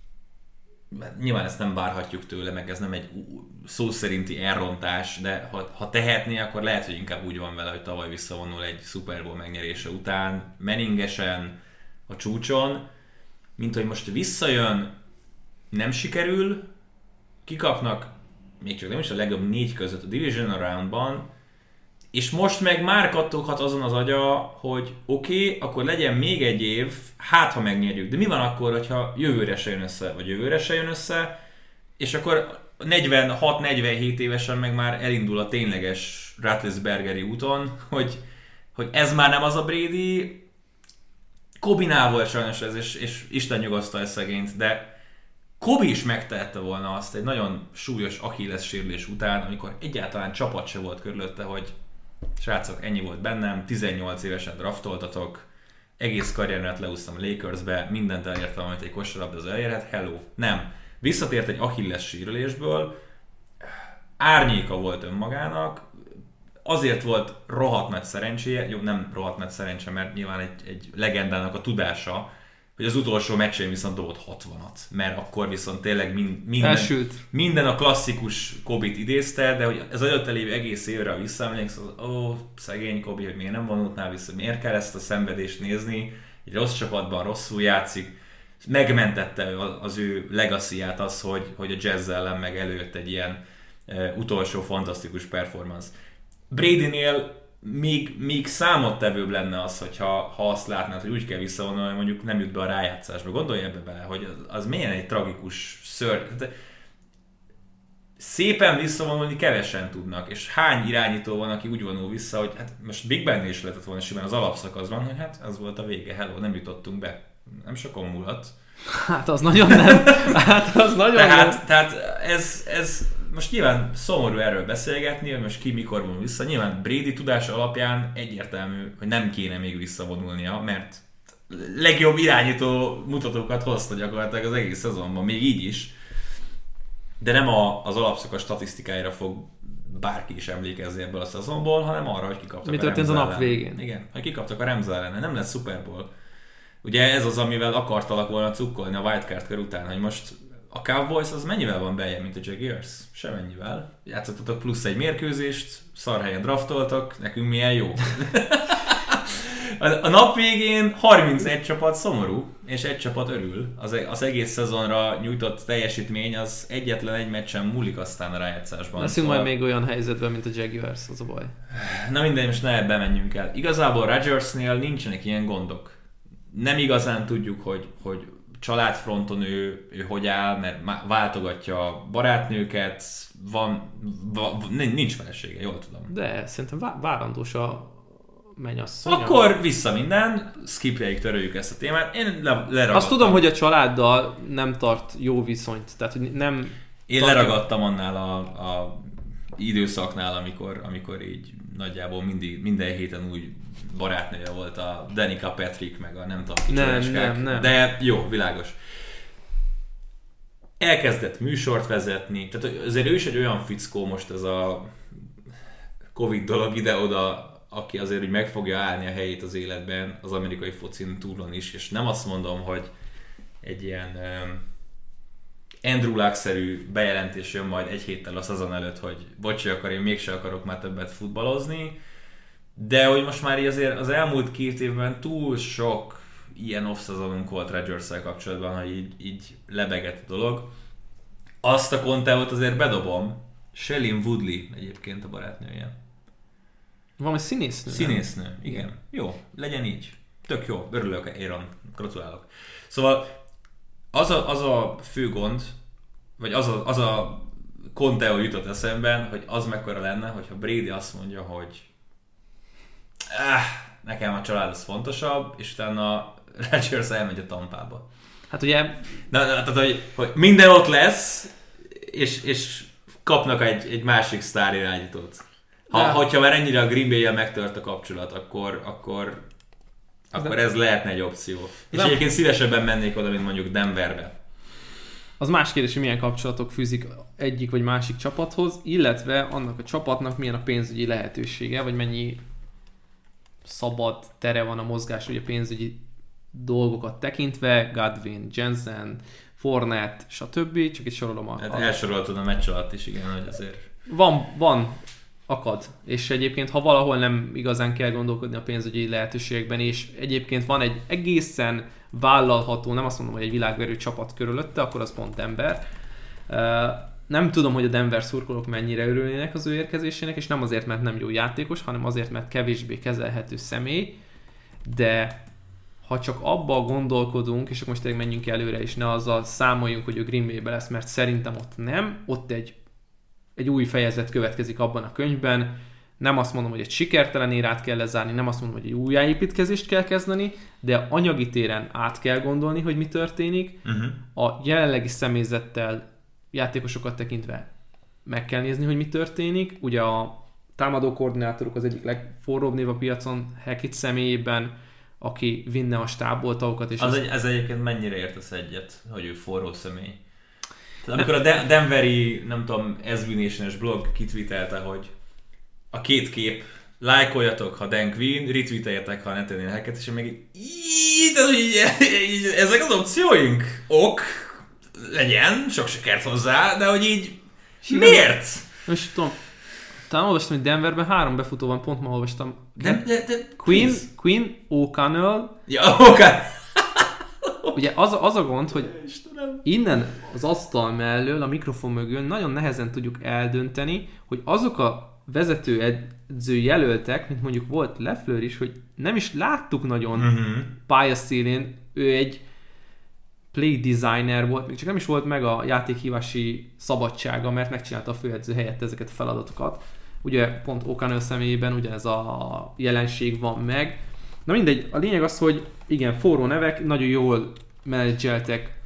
nyilván ezt nem várhatjuk tőle, meg ez nem egy szó szerinti elrontás, de ha, ha tehetné, akkor lehet, hogy inkább úgy van vele, hogy tavaly visszavonul egy Super Bowl megnyerése után, meningesen, a csúcson, mint hogy most visszajön, nem sikerül, kikapnak még csak nem is a legjobb négy között a Division Roundban, és most meg már kattoghat azon az agya, hogy oké, okay, akkor legyen még egy év, hát ha megnyerjük. De mi van akkor, hogyha jövőre se jön össze, vagy jövőre se jön össze, és akkor negyvenhat negyvenhét évesen meg már elindul a tényleges Roethlisbergeri úton, hogy, hogy ez már nem az a Brady. Kobinál volt sajnos ez, és, és Isten nyugasztalja a szegényt, de Kobe is megtehette volna azt egy nagyon súlyos Achilles sérülés után, amikor egyáltalán csapat se volt körülötte, hogy srácok, ennyi volt bennem, tizennyolc évesen draftoltatok, egész karrieremet leúsztam a Lakersbe, mindent elértem, amit egy kosárlabda az elérhet, hello. Nem. Visszatért egy Achilles sérülésből, árnyéka volt önmagának, azért volt rohadt nagy szerencséje, jó, nem rohadt nagy szerencse, mert nyilván egy, egy legendának a tudása, hogy az utolsó meccsén viszont dobott hatvanat, mert akkor viszont tényleg mind, minden, minden a klasszikus Kobe-t idézte, de hogy az előtte lévő egész évre, ha visszaemléksz, az ó, szegény Kobe, hogy miért nem vonultnál vissza, miért kell ezt a szenvedést nézni, egy rossz csapatban rosszul játszik, megmentette az ő legacyját az, hogy, hogy a Jazz ellen meg előtt egy ilyen e, utolsó fantasztikus performance. Bradynél Még, még számottevőbb lenne az, hogyha ha azt látnád, hogy úgy kell visszavonulni, hogy mondjuk nem jut be a rájátszásba. Gondolj ebbe bele, hogy az, az milyen egy tragikus ször. Szépen visszavonulni kevesen tudnak, és hány irányító van, aki úgy vonul vissza, hogy hát most Big Ben is lehetett volna simán az alapszakaszban, hogy hát ez volt a vége, hello, nem jutottunk be. Nem sokon múlott. Hát az nagyon nem. Hát az nagyon tehát, nem. Tehát ez, ez most nyilván szomorú erről beszélgetni, hogy most ki mikor vonul vissza. Nyilván Brady tudása alapján egyértelmű, hogy nem kéne még visszavonulnia, mert legjobb irányító mutatókat hozta gyakorlatilag az egész szezonban, még így is. De nem a, az alapszakasz statisztikáira fog bárki is emlékezni ebből a szezonból, hanem arra, hogy kikaptak Mi a Rams történt a nap ellen. végén? Igen, hogy kikaptak a Rams ellen, nem lett Super Bowl. Ugye ez az, amivel akartalak volna cukkolni a wildcard kör után, hogy most a Cowboys az mennyivel van beljebb, mint a Jaguars? Semennyivel. Játszottatok plusz egy mérkőzést, szar helyen draftoltak, nekünk milyen jó. A nap végén harmincegy csapat szomorú, és egy csapat örül. Az, az egész szezonra nyújtott teljesítmény az egyetlen egy meccsen múlik aztán a rájátszásban. Leszünk szóval... majd még olyan helyzetben, mint a Jaguars, az a baj. Na mindegy, most ne ebbe menjünk el. Igazából Rodgersnél nincsenek ilyen gondok. Nem igazán tudjuk, hogy, hogy családfronton ő, ő hogy áll, mert váltogatja a barátnőket, van, van, nincs felesége, jól tudom. De szerintem várandós a mennyasszony. Akkor vissza minden, skipjeljük, töröljük ezt a témát. Én le, leragadtam. Azt tudom, hogy a családdal nem tart jó viszonyt, tehát hogy nem... Én tartja... leragadtam annál a, a időszaknál, amikor, amikor így nagyjából mindig, minden héten úgy barátnője volt a Danica Patrick, meg a nem tudom, nem, nem, nem. De jó, világos. Elkezdett műsort vezetni, tehát azért ő is egy olyan fickó most ez a Covid dolog ide-oda, aki azért úgy meg fogja állni a helyét az életben, az amerikai focin túlon is, és nem azt mondom, hogy egy ilyen um, Andrew Luck-szerű bejelentés jön majd egy héttel a szezon előtt, hogy bocsi, akar, én mégse akarok már többet futballozni, de hogy most már így azért az elmúlt két évben túl sok ilyen off-szezonunk volt Rodgers-szel kapcsolatban, hogy így, így lebegett a dolog. Azt a Conteot azért bedobom, Shailene Woodley egyébként a barátnője. Valami színésznő? Színésznő, nem? Igen. igen. Jó, legyen így. Tök jó, örülök, Aaron, gratulálok. Szóval az a, az a fő gond, vagy az a, az a Conteo jutott eszemben, hogy az mekkora lenne, hogyha Brady azt mondja, hogy ah, nekem a család az fontosabb, és utána Rodgers elmegy a Tampába. Hát ugye... Na, na, tehát, hogy, hogy minden ott lesz, és, és kapnak egy, egy másik sztár irányítót. Ha, ja. Hogyha már ennyire a Green Bay-jel megtört a kapcsolat, akkor, akkor, akkor ez lehetne egy opció. És nem. Egyébként szívesebben mennék oda, mint mondjuk Denverbe. Az más kérdés, hogy milyen kapcsolatok fűzik egyik vagy másik csapathoz, illetve annak a csapatnak milyen a pénzügyi lehetősége, vagy mennyi szabad tere van a mozgás, ugye pénzügyi dolgokat tekintve, Godwin, Jensen, Fournette, stb. Csak itt sorolom a... Hát elsoroltad a meccs alatt is, igen, hogy azért... Van, van, akad. És egyébként, ha valahol nem igazán kell gondolkodni a pénzügyi lehetőségekben, és egyébként van egy egészen vállalható, nem azt mondom, hogy egy világverő csapat körülötte, akkor az pont Denver. Nem tudom, hogy a Denver szurkolók mennyire örülnének az ő érkezésének, és nem azért, mert nem jó játékos, hanem azért, mert kevésbé kezelhető személy, de ha csak abba gondolkodunk, és akkor most tényleg menjünk előre, és ne azzal számoljunk, hogy a Green Bay-be lesz, mert szerintem ott nem, ott egy, egy új fejezet következik abban a könyvben. Nem azt mondom, hogy egy sikertelen érát kell lezárni, nem azt mondom, hogy egy újjáépítkezést kell kezdeni, de anyagi téren át kell gondolni, hogy mi történik. Uh-huh. A jelenlegi személyzettel, játékosokat tekintve meg kell nézni, hogy mi történik. Ugye a támadó koordinátorok az egyik legforróbb név a piacon, Hackett személyében, aki vinne a stábból tagokat. És az egy, ez egyébként mennyire értesz egyet, hogy ő forró személy? Tehát amikor a De- Denveri, nem tudom, es bé Nation-es blog kitweetelte, hogy a két kép, lájkoljatok, ha Dan Quinn, retweeteljetek, ha Nathaniel Hackett, és meg így, így, így, ezek az opcióink? Ok, legyen, sok sikert hozzá, de hogy így, Sinem. Miért? Most tudom, talán olvastam, hogy Denverben három befutó van, pont ma olvastam. De, de, de, Quinn, Quinn, O'Connell. Ja, O'Connell. Ugye az, az a gond, hogy innen az asztal mellől, a mikrofon mögül nagyon nehezen tudjuk eldönteni, hogy azok a vezetőedző jelöltek, mint mondjuk volt Lafleur is, hogy nem is láttuk nagyon uh-huh. pályaszélén, ő egy play designer volt, még csak nem is volt meg a játékhívási szabadsága, mert megcsinálta a főedző helyett ezeket a feladatokat. Ugye pont O'Connell személyében ugyanez a jelenség van meg. Na mindegy, a lényeg az, hogy igen, forró nevek, nagyon jól menedzseltek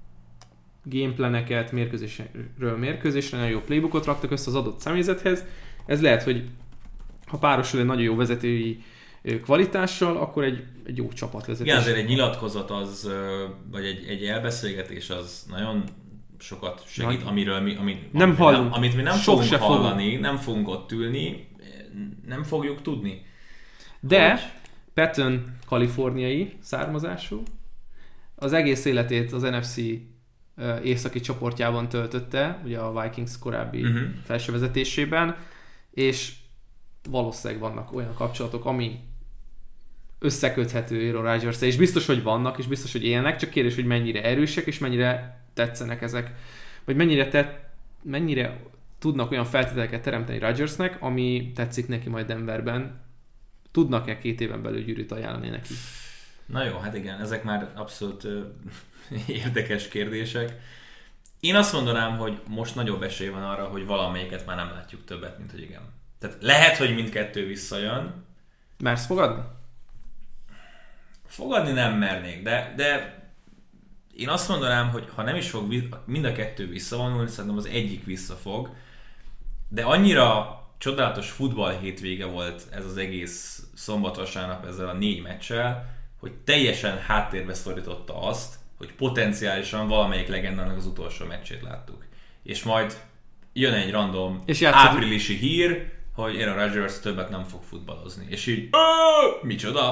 gameplaneket mérkőzésről mérkőzésre, nagyon jó playbookot raktak össze az adott személyzethez. Ez lehet, hogy ha párosul egy nagyon jó vezetői kvalitással, akkor egy, egy jó csapatvezetés. Igen, azért egy nyilatkozat az, vagy egy, egy elbeszélgetés az nagyon sokat segít, Nagy. amiről mi, amit, nem amit, hallunk. Nem, amit mi nem Sok fogunk hallani, fogunk. nem fogunk ott ülni, nem fogjuk tudni. De hogy... Patton kaliforniai származású, az egész életét az en ef cé északi csoportjában töltötte, ugye a Vikings korábbi uh-huh. felsővezetésében, és valószínűleg vannak olyan kapcsolatok, ami összeköthető Aaron Rodgers-szel, és biztos, hogy vannak, és biztos, hogy élnek, csak kérdés, hogy mennyire erősek, és mennyire tetszenek ezek, vagy mennyire, te, mennyire tudnak olyan feltételeket teremteni Rodgersnek, ami tetszik neki majd Denverben. Tudnak-e két éven belül gyűrűt ajánlani neki? Na jó, hát igen, ezek már abszolút uh, érdekes kérdések. Én azt mondanám, hogy most nagyobb esély van arra, hogy valamelyiket már nem látjuk többet, mint hogy igen. Tehát lehet, hogy mindkettő visszajön. Mersz fogadni? Fogadni nem mernék, de, de én azt mondanám, hogy ha nem is fog mind a kettő visszavonulni, szerintem az egyik visszafog, de annyira csodálatos futball hétvége volt ez az egész szombat-vasárnap ezzel a négy meccsel, hogy teljesen háttérbe szorította azt, hogy potenciálisan valamelyik legendának az utolsó meccsét láttuk. És majd jön egy random és áprilisi hír, hogy Aaron Rodgers többet nem fog futballozni. És így, micsoda?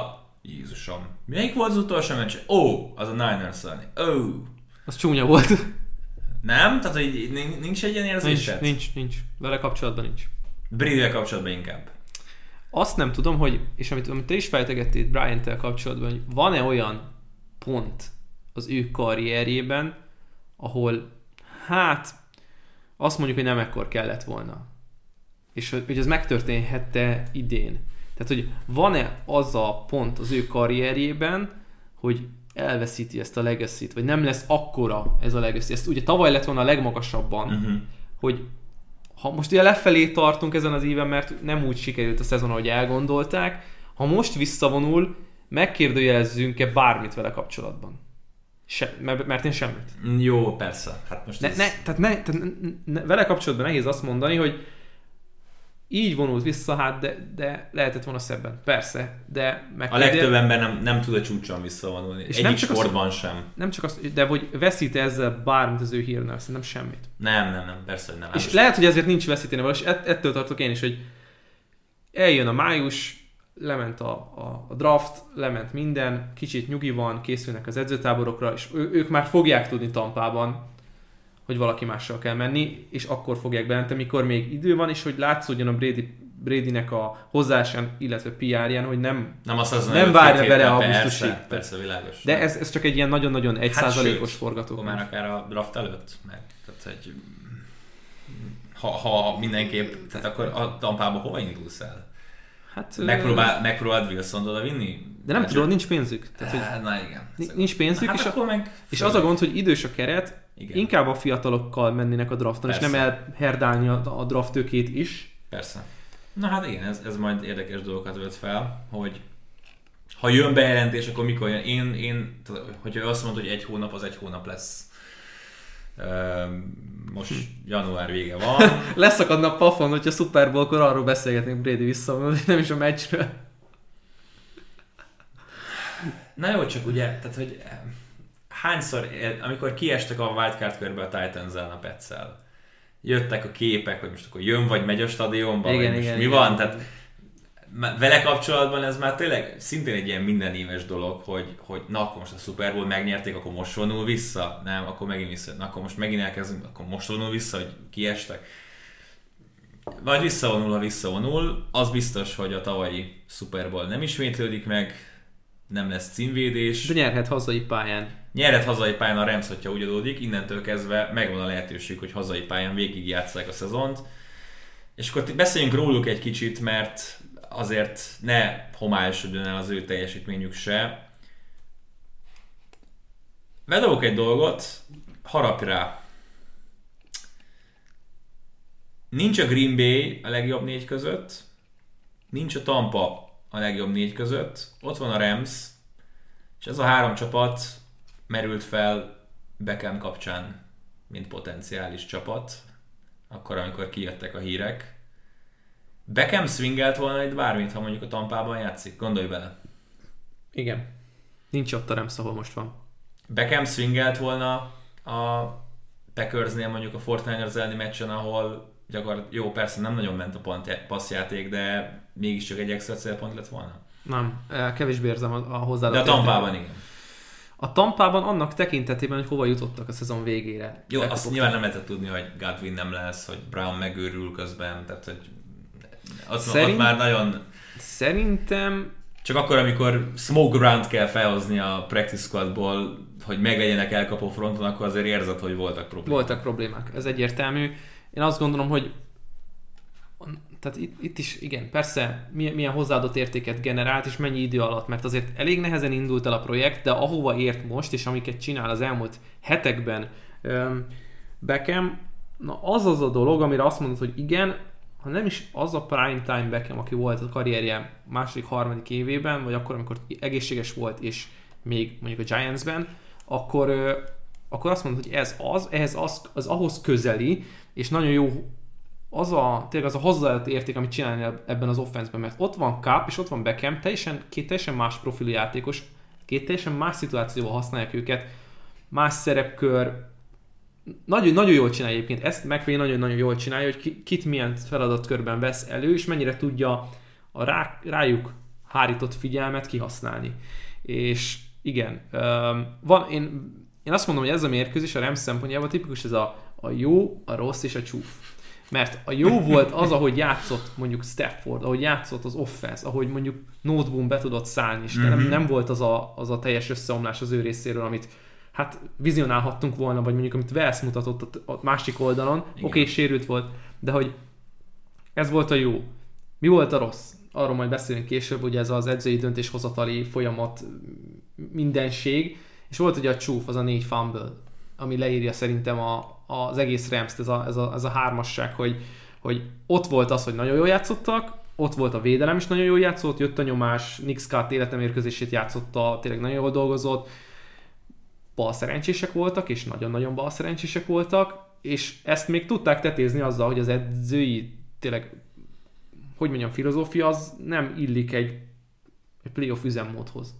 Jézusom. Melyik volt az utolsó meccs? Ó, oh, az a Niners elleni. Ó. Oh. Az csúnya volt. Nem? Tehát, hogy nincs egy ilyen érzésed? Nincs, nincs, nincs. Vele kapcsolatban nincs. Bradyvel kapcsolatban inkább. Azt nem tudom, hogy, és amit, amit te is fejtegettél Bryant-tel kapcsolatban, hogy van-e olyan pont az ő karrierjében, ahol hát azt mondjuk, hogy nem ekkor kellett volna. És hogy ez megtörténhette idén. Tehát, hogy van-e az a pont az ő karrierjében, hogy elveszíti ezt a legacy-t, vagy nem lesz akkora ez a legacy. Ezt ugye tavaly lett volna a legmagasabban, uh-huh. hogy ha most ugye lefelé tartunk ezen az éven, mert nem úgy sikerült a szezon, ahogy elgondolták, ha most visszavonul, megkérdőjelezzünk-e bármit vele kapcsolatban? Se, mert, mert én semmit. Jó, persze. Hát most ne, ez... ne, tehát ne, tehát ne, ne, vele kapcsolatban nehéz azt mondani, hogy így vonult vissza, hát de, de lehetett volna szebben. Persze, de a legtöbb ember nem, nem tud a csúcson visszavonulni. És egyik sportban az, sem. Nem csak azt, de hogy veszít ezzel bármit az ő hírnál, szerintem semmit. Nem, nem, nem, persze, hogy nem. És most lehet, hogy ezért nincs veszíteni valós, és ettől tartok én is, hogy eljön a május, lement a, a, a draft, lement minden, kicsit nyugi van, készülnek az edzőtáborokra, és ő, ők már fogják tudni Tampában, hogy valaki mással kell menni, és akkor fogják bejelenteni, mikor még idő van, és hogy látszódjon a Brady, Bradynek a hozzáásán, illetve pé er-ján, hogy nem, nem, az nem várja vele augusztusig. Persze, persze, világos. De ez, ez csak egy ilyen nagyon-nagyon egy hát százalékos sőt, forgatókönyv. Már akár a draft előtt, meg, tehát egy, ha, ha mindenképp, tehát akkor a Tampába hova indulsz el? Hát, Megpróbál, megpróbáld Wilson-t oda vinni? De nem hát tudom, nincs pénzük. Tehát, hogy, na igen. Nincs pénzük, hát és, a, meg és az a gond, hogy idős a keret, igen. Inkább a fiatalokkal mennének a drafton, persze. És nem elherdálni a, a draft tőkét is. Persze. Na hát igen, ez, ez majd érdekes dolgokat vett fel, hogy ha jön bejelentés, akkor mikor jön. Én, én hogyha azt mondod, hogy egy hónap, az egy hónap lesz. Most január vége van. Leszakadna a pafon, hogyha Super Bowl-kor arról beszélgetnénk Brady visszavonul, nem is a meccsről. Na jó, csak ugye, tehát hogy hányszor, amikor kiestek a wildcard körbe a Titans-el, a Petszel, jöttek a képek, hogy most akkor jön vagy megy a stadionba, igen, vagy most igen, mi igen. van, tehát vele kapcsolatban ez már tényleg szintén egy ilyen minden éves dolog, hogy, hogy na akkor most a Super Bowl megnyerték, akkor most vonul vissza, nem, akkor megint vissza, na akkor most megint elkezdünk, akkor most vonul vissza, hogy kiestek. Vagy visszavonul, ha visszavonul, az biztos, hogy a tavalyi Super Bowl nem ismétlődik meg, nem lesz címvédés. De nyerhet hazai pályán. Nyerhet hazai pályán a Rams, hogyha úgy adódik, innentől kezdve megvan a lehetőség, hogy hazai pályán végigjátsszák a szezont. És akkor beszéljünk róluk egy kicsit, mert azért ne homályosodjon el az ő teljesítményük se. Bedobok egy dolgot, harapj rá. Nincs a Green Bay a legjobb négy között, nincs a Tampa a legjobb négy között, ott van a Rams, és ez a három csapat merült fel Beckham kapcsán, mint potenciális csapat, akkor, amikor kijöttek a hírek. Beckham swingelt volna itt bármit, ha mondjuk a Tampában játszik, gondolj bele. Igen. Nincs ott a Rams, ahol most van. Beckham swingelt volna a Packersnél mondjuk a negyvenkilencesek elleni meccsen, ahol gyakorlatilag, jó, persze nem nagyon ment a passzjáték, de mégiscsak egy extra célpont lett volna. Nem, kevésbé érzem a, a hozzáadott. De a Tampában igen. A Tampában annak tekintetében, hogy hova jutottak a szezon végére. Jó, azt nyilván nem lehetett tudni, hogy Godwin nem lesz, hogy Brown megőrül közben, tehát hogy ott, Szerint... ott már nagyon... Szerintem... Csak akkor, amikor Smoke Ground kell felhozni a practice squadból, hogy meglegyenek elkapó fronton, akkor azért érzed, hogy voltak problémák. Voltak problémák, ez egyértelmű. Én azt gondolom, hogy tehát itt, itt is, igen, persze milyen, milyen hozzáadott értéket generált, és mennyi idő alatt, mert azért elég nehezen indult el a projekt, de ahova ért most, és amiket csinál az elmúlt hetekben um, Beckham, na az az a dolog, amire azt mondod, hogy igen, ha nem is az a prime time Beckham, aki volt a karrierje második, harmadik évében, vagy akkor, amikor egészséges volt, és még mondjuk a Giantsben, akkor, uh, akkor azt mondod, hogy ez az, ehhez az, az ahhoz közeli, és nagyon jó az a, tényleg az a hozzáadott érték, amit csinálni ebben az offenszben, mert ott van Cup, és ott van Beckham, teljesen, két teljesen más profilú játékos, két teljesen más szituációval használják őket, más szerepkör, nagyon, nagyon jól csinálja egyébként, ezt McVay nagyon-nagyon jól csinálja, hogy ki, kit milyen feladatkörben vesz elő, és mennyire tudja a rá, rájuk hárított figyelmet kihasználni. És igen, van, én, én azt mondom, hogy ez a mérkőzés a Rams szempontjából tipikus, ez a, a jó, a rossz és a csúf. Mert a jó volt az, ahogy játszott mondjuk Stafford, ahogy játszott az offense, ahogy mondjuk Noteboom be tudott szállni, és mm-hmm. nem, nem volt az a, az a teljes összeomlás az ő részéről, amit hát vizionálhattunk volna, vagy mondjuk amit Wells mutatott a másik oldalon, oké, okay, sérült volt, de hogy ez volt a jó. Mi volt a rossz? Arról majd beszélünk később, ugye ez az edzői döntéshozatali folyamat mindenség, és volt ugye a csúf, az a négy fumble, ami leírja szerintem a, az egész Rams-t, ez a, ez a, ez a hármasság, hogy, hogy ott volt az, hogy nagyon jól játszottak, ott volt a védelem is nagyon jól játszott, jött a nyomás, Nick Scott életemérkőzését játszotta, tényleg nagyon jól dolgozott, balszerencsések voltak, és nagyon-nagyon balszerencsések voltak, és ezt még tudták tetézni azzal, hogy az edzői tényleg, hogy mondjam, filozófia az nem illik egy, egy playoff üzemmódhoz.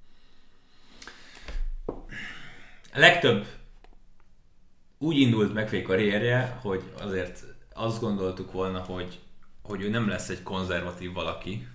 A legtöbb úgy indult McVay karrierje, hogy azért azt gondoltuk volna, hogy, hogy ő nem lesz egy konzervatív valaki,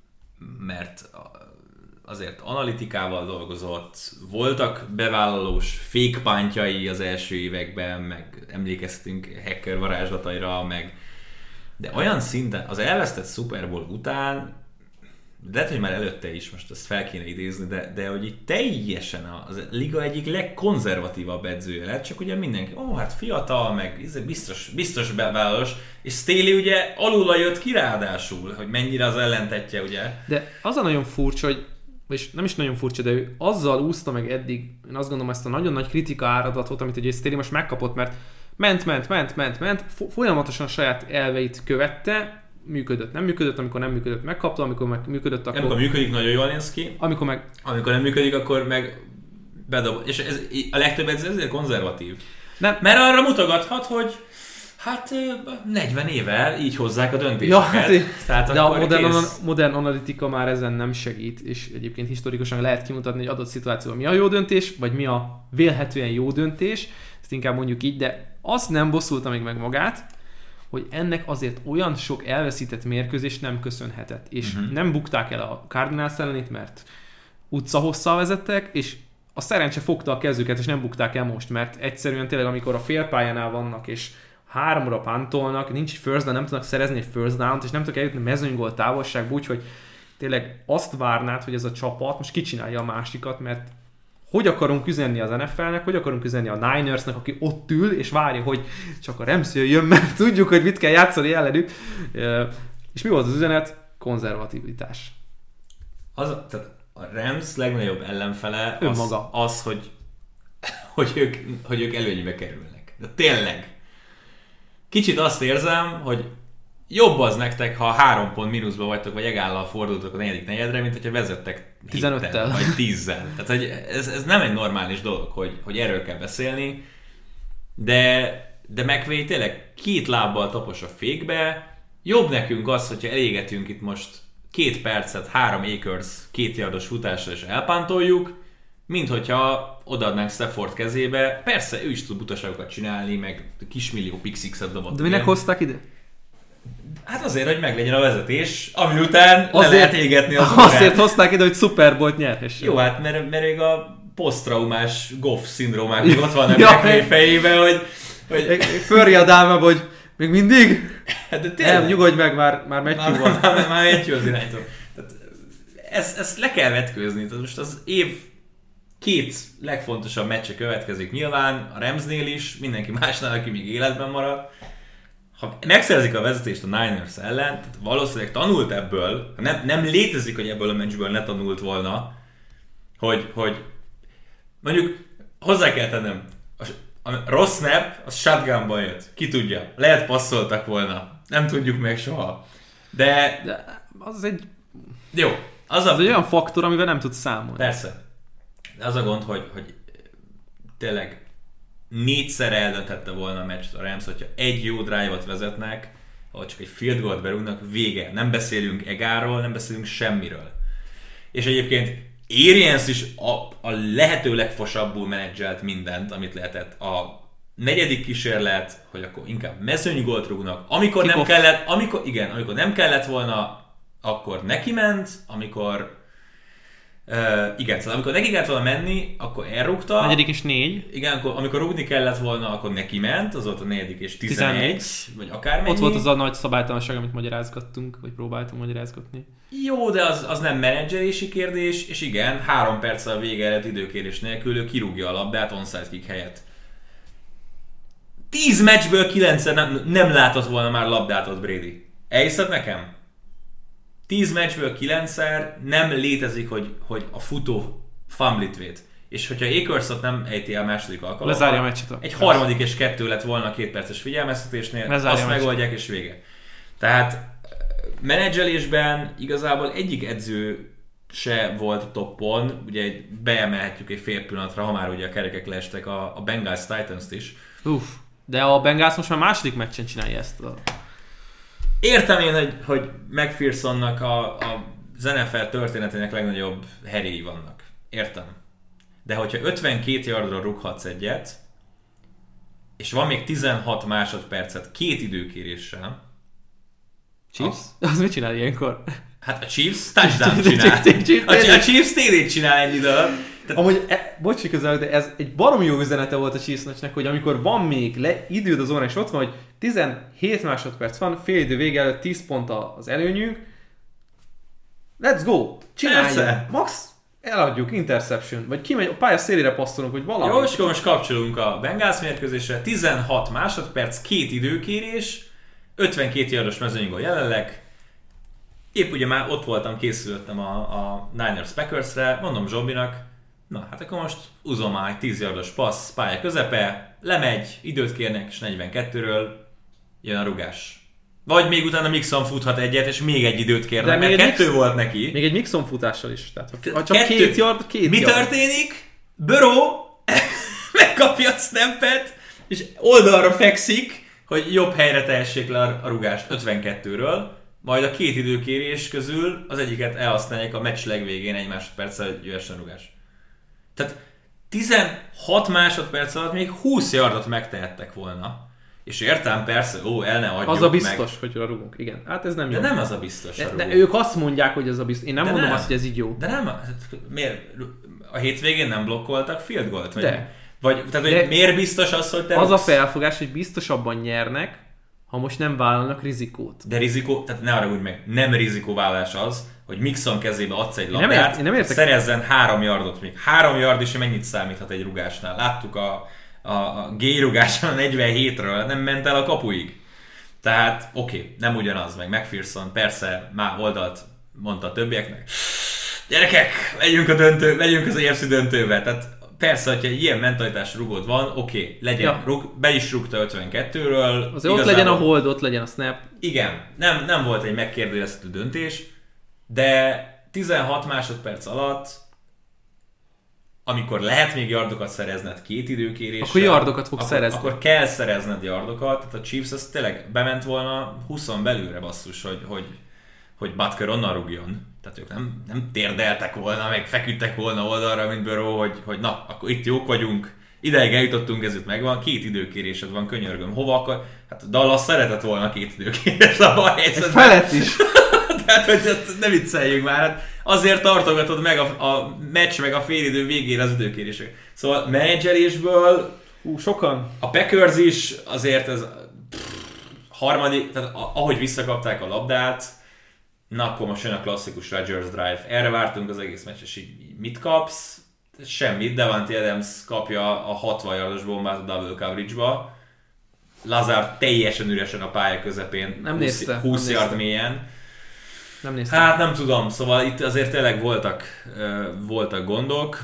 mert azért analitikával dolgozott, voltak bevállalós fékpántjai az első években, meg emlékeztünk hacker varázslataira, meg de olyan szinten, az elvesztett Super Bowl után, de lehet, hogy már előtte is, most ezt fel kéne idézni, de, de hogy itt teljesen a liga egyik legkonzervatívabb edzője lett, csak ugye mindenki, ó, oh, hát fiatal, meg biztos, biztos bevállalós, és Staley ugye alulra jött ki ráadásul, hogy mennyire az ellentetje, ugye. De az a nagyon furcsa, hogy és nem is nagyon furcsa, de ő azzal úszta meg eddig, én azt gondolom, ezt a nagyon nagy kritika áradatot, amit ugye Staley most megkapott, mert ment, ment, ment, ment, ment, folyamatosan saját elveit követte, működött, nem működött, amikor nem működött, megkapta, amikor meg működött, akkor... Amikor működik, nagyon jól néz ki. Amikor meg... Amikor nem működik, akkor meg bedob. És ez, a legtöbb ez ezért konzervatív. Nem. Mert arra mutogathat, hogy hát negyven éve így hozzák a döntéseket. Ja, hát, tehát de a modern, modern analitika már ezen nem segít, és egyébként historikusan lehet kimutatni egy adott szituációban mi a jó döntés, vagy mi a vélhetően jó döntés, ezt inkább mondjuk így, de azt nem bosszulta még meg magát, hogy ennek azért olyan sok elveszített mérkőzés nem köszönhetett, és uh-huh. nem bukták el a Cardinals ellenét, mert utcahosszal vezettek, és a szerencse fogta a kezüket, és nem bukták el most, mert egyszerűen tényleg, amikor a félpályánál vannak, és háromra pantolnak, nincs egy first down, nem tudnak szerezni egy first down-t, és nem tudnak eljutni mezőnygól távolságba, úgyhogy tényleg azt várnád, hogy ez a csapat most kicsinálja a másikat, mert hogy akarunk üzenni az en ef el-nek, hogy akarunk üzenni a Ninersnek, aki ott ül, és várja, hogy csak a Rams jöjjön, mert tudjuk, hogy mit kell játszani ellenük. És mi volt az üzenet? Konzervativitás. Az, tehát a Rams legnagyobb ellenfele az, Önmaga. az hogy, hogy, ők, hogy ők előnybe kerülnek. De tényleg. Kicsit azt érzem, hogy jobb az nektek, ha három pont mínuszban vagytok, vagy egállal fordultok a negyedik negyedre, mint hogyha vezettek tizenöttel vagy tízzel. Tehát hogy ez, ez nem egy normális dolog, hogy, hogy erről kell beszélni, de, de McVay tényleg két lábbal tapos a fékbe. Jobb nekünk az, hogyha elégetünk itt most két percet, három acres, két yardos futásra és elpántoljuk, mint hogyha odaadnánk Stafford kezébe. Persze, ő is tud butaságokat csinálni, meg kismillió pick-sixet dobott. De minek hozták ide? Hát azért, hogy meglegyen a vezetés, ami után azért, le lehet égetni az Azért órán. Hozták ide, hogy Super Bowl-t nyerhessen. Jó, hát mert, mert még a posztraumás Goff-szindrómák még ott vannak ja, McVay fejében, hogy... hogy... Fölri a dámába, hogy még mindig? Hát de tényleg... Nem, nyugodj meg, már, már Matthew van. Már, már, már Matthew az irányító. Ezt, ezt le kell vetkőzni. Tehát most az év két legfontosabb meccse következik nyilván, a Ramsnél is, mindenki másnál, aki még életben marad. Ha megszerzik a vezetést a Niners ellen, tehát valószínűleg tanult ebből, nem, nem létezik, hogy ebből a meccsből ne tanult volna, hogy, hogy mondjuk hozzá kell tennem, a, a rossz snap, az shotgunban jött, ki tudja, lehet passzoltak volna, nem tudjuk meg soha, de... de az egy... Jó, az, a, az egy olyan faktor, amivel nem tudsz számolni. Persze, de az a gond, hogy, hogy tényleg négyszer eldönthette volna a meccset a Rams, hogyha egy jó drive-ot vezetnek, ahol csak egy field goal-t berúgnak, vége. Nem beszélünk egáról, nem beszélünk semmiről. És egyébként Arians is a, a lehető legfosabbul menedzselt mindent, amit lehetett. A negyedik kísérlet, hogy akkor inkább mezőnygolt rúgnak. Amikor nem kellett, amikor, igen, amikor nem kellett volna, akkor neki ment, amikor Uh, igen, szóval amikor neki kellett volna menni, akkor elrúgta. Negyedik és négy. Igen, akkor, amikor rúgni kellett volna, akkor neki ment, az volt a negyedik és tizenegy, vagy akármennyi. Ott volt az a nagy szabálytalanság, amit magyarázgattunk, vagy próbáltunk magyarázgatni. Jó, de az, az nem menedzselési kérdés, és igen, három perccel a vége előtt időkérés nélkül ő kirúgja a labdát onside kick helyett. Tíz meccsből kilencszer nem, nem látott volna már labdát ott Brady. Elhiszed nekem? Tíz meccsből kilencszer nem létezik, hogy, hogy a futó fumblit vét. És hogyha Akersot nem ejti el második alkalommal, lezárja a meccset. Egy harmadik és kettő lett volna a két perces figyelmeztetésnél, lezárja azt megoldják és vége. Tehát menedzselésben igazából egyik edző se volt toppon, ugye beemelhetjük egy fél pillanatra, ha már ugye a kerekek leestek a, a Bengals Titans-t is. Uff, de a Bengals most már második meccsen csinálja ezt a... Értem én, hogy, hogy McPhersonnak a, a az en ef el történetének legnagyobb heréi vannak. Értem. De hogyha ötvenkét yardra rúghatsz egyet, és van még tizenhat másodpercet két időkéréssel. Chiefs? Az, az mit csinál ilyenkor? Hát a Chiefs touchdown csinál. A Chiefs té dét csinál ennyi idő. Tehát... Amúgy, e, bocs, közel, de ez egy baromi jó üzenete volt a Chiefsnek, hogy amikor van még le, időd az óra, és ott van, hogy tizenhét másodperc van, fél idő vége előtt tíz pont az előnyünk. Let's go! Csináljuk! Max eladjuk, interception, vagy kimegy, a pálya szélére passzolunk, hogy valami. Jó, és akkor most kapcsolunk a Bengals mérkőzésre. tizenhat másodperc, két időkérés, ötvenkét yardos mezőnygól jelenleg. Épp ugye már ott voltam, készültem a, a Niners Packersre, mondom Zsombinak, na hát akkor most Uzomá egy tíz yardos passz, pálya közepe, lemegy, időt kérnek, és negyvenkettőről jön a rugás. Vagy még utána Mixon futhat egyet, és még egy időt kérnek, mert kettő mix... volt neki. Még egy Mixon futással is. Tehát, ha csak kettő... két yard, két Mi yard. történik? Burrow megkapja a snappet, és oldalra fekszik, hogy jobb helyre tehessék le a rugást ötvenkettőről, majd a két időkérés közül az egyiket elhasználják a meccs legvégén egy másodperccel, hogy jöhessen rugás. Tehát tizenhat másodperc alatt még húsz yardot megtehettek volna. És értem, persze, ó, el ne adjuk meg. Az a biztos, meg. Hogy rugunk. Igen, hát ez nem jó. De nem az a biztos, de, de ők azt mondják, hogy ez a biztos. Én nem de mondom nem. azt, hogy ez így jó. De nem, hát miért? A hétvégén nem blokkoltak field goalt? Vagy, de. Vagy, tehát, hogy miért biztos az, hogy te Az rúgsz? A felfogás, hogy biztosabban nyernek, ha most nem vállalnak rizikót. De rizikó, tehát ne arra úgy meg, nem rizikóvállalás az, hogy Mixon kezébe adsz egy labdát, nem ért, nem értek. Szerezzen három yardot még. Három yard is mennyit számíthat egy rugásnál? Láttuk a a, a G-rugáson a negyvenhétről, nem ment el a kapuig. Tehát oké, okay, nem ugyanaz, meg McPherson persze már oldalt mondta a többieknek. Gyerekek, megyünk a döntő, megyünk az á ef cé döntőbe. Tehát persze, hogyha ilyen mentalitás rugód van, oké, okay, legyen, ja. rug, be is rúgta ötvenkettőről. Azért ott legyen a hold, ott legyen a snap. Igen, nem, nem volt egy megkérdőjelezhető döntés, de tizenhat másodperc alatt, amikor lehet még yardokat szerezned két időkéréssel, akkor yardokat fog akkor, szerezni. Akkor kell szerezned yardokat, tehát a Chiefs az tényleg bement volna húszon belőle basszus, hogy, hogy, hogy Butker onnan rúgjon. Tehát ők nem, nem térdeltek volna, meg feküdtek volna oldalra, mint Burrow, hogy, hogy na, akkor itt jók vagyunk, ideig eljutottunk, ez itt megvan, két időkérésed van, könyörgöm. Hova akar? Hát Dallas szeretett volna két időkérés a bal helyzetben. Felett is. Tehát, hogy ne vicceljünk már, hát azért tartogatod meg a, a meccs, meg a félidő végére az időkérések. Szóval menedzselésből Hú, sokan. A Packers is azért ez pff, harmadik, tehát ahogy visszakapták a labdát, na akkor most jön a klasszikus Rodgers drive. Erre vártunk az egész meccs, és így mit kapsz? Semmit. Davante Adams kapja a hatvan yardos bombát a double coverage-ba. Lazard teljesen üresen a pálya közepén, nem húsz, nézte, húsz nem yard nézte. mélyen. Nem néztem. Hát nem tudom, szóval itt azért tényleg voltak, uh, voltak gondok,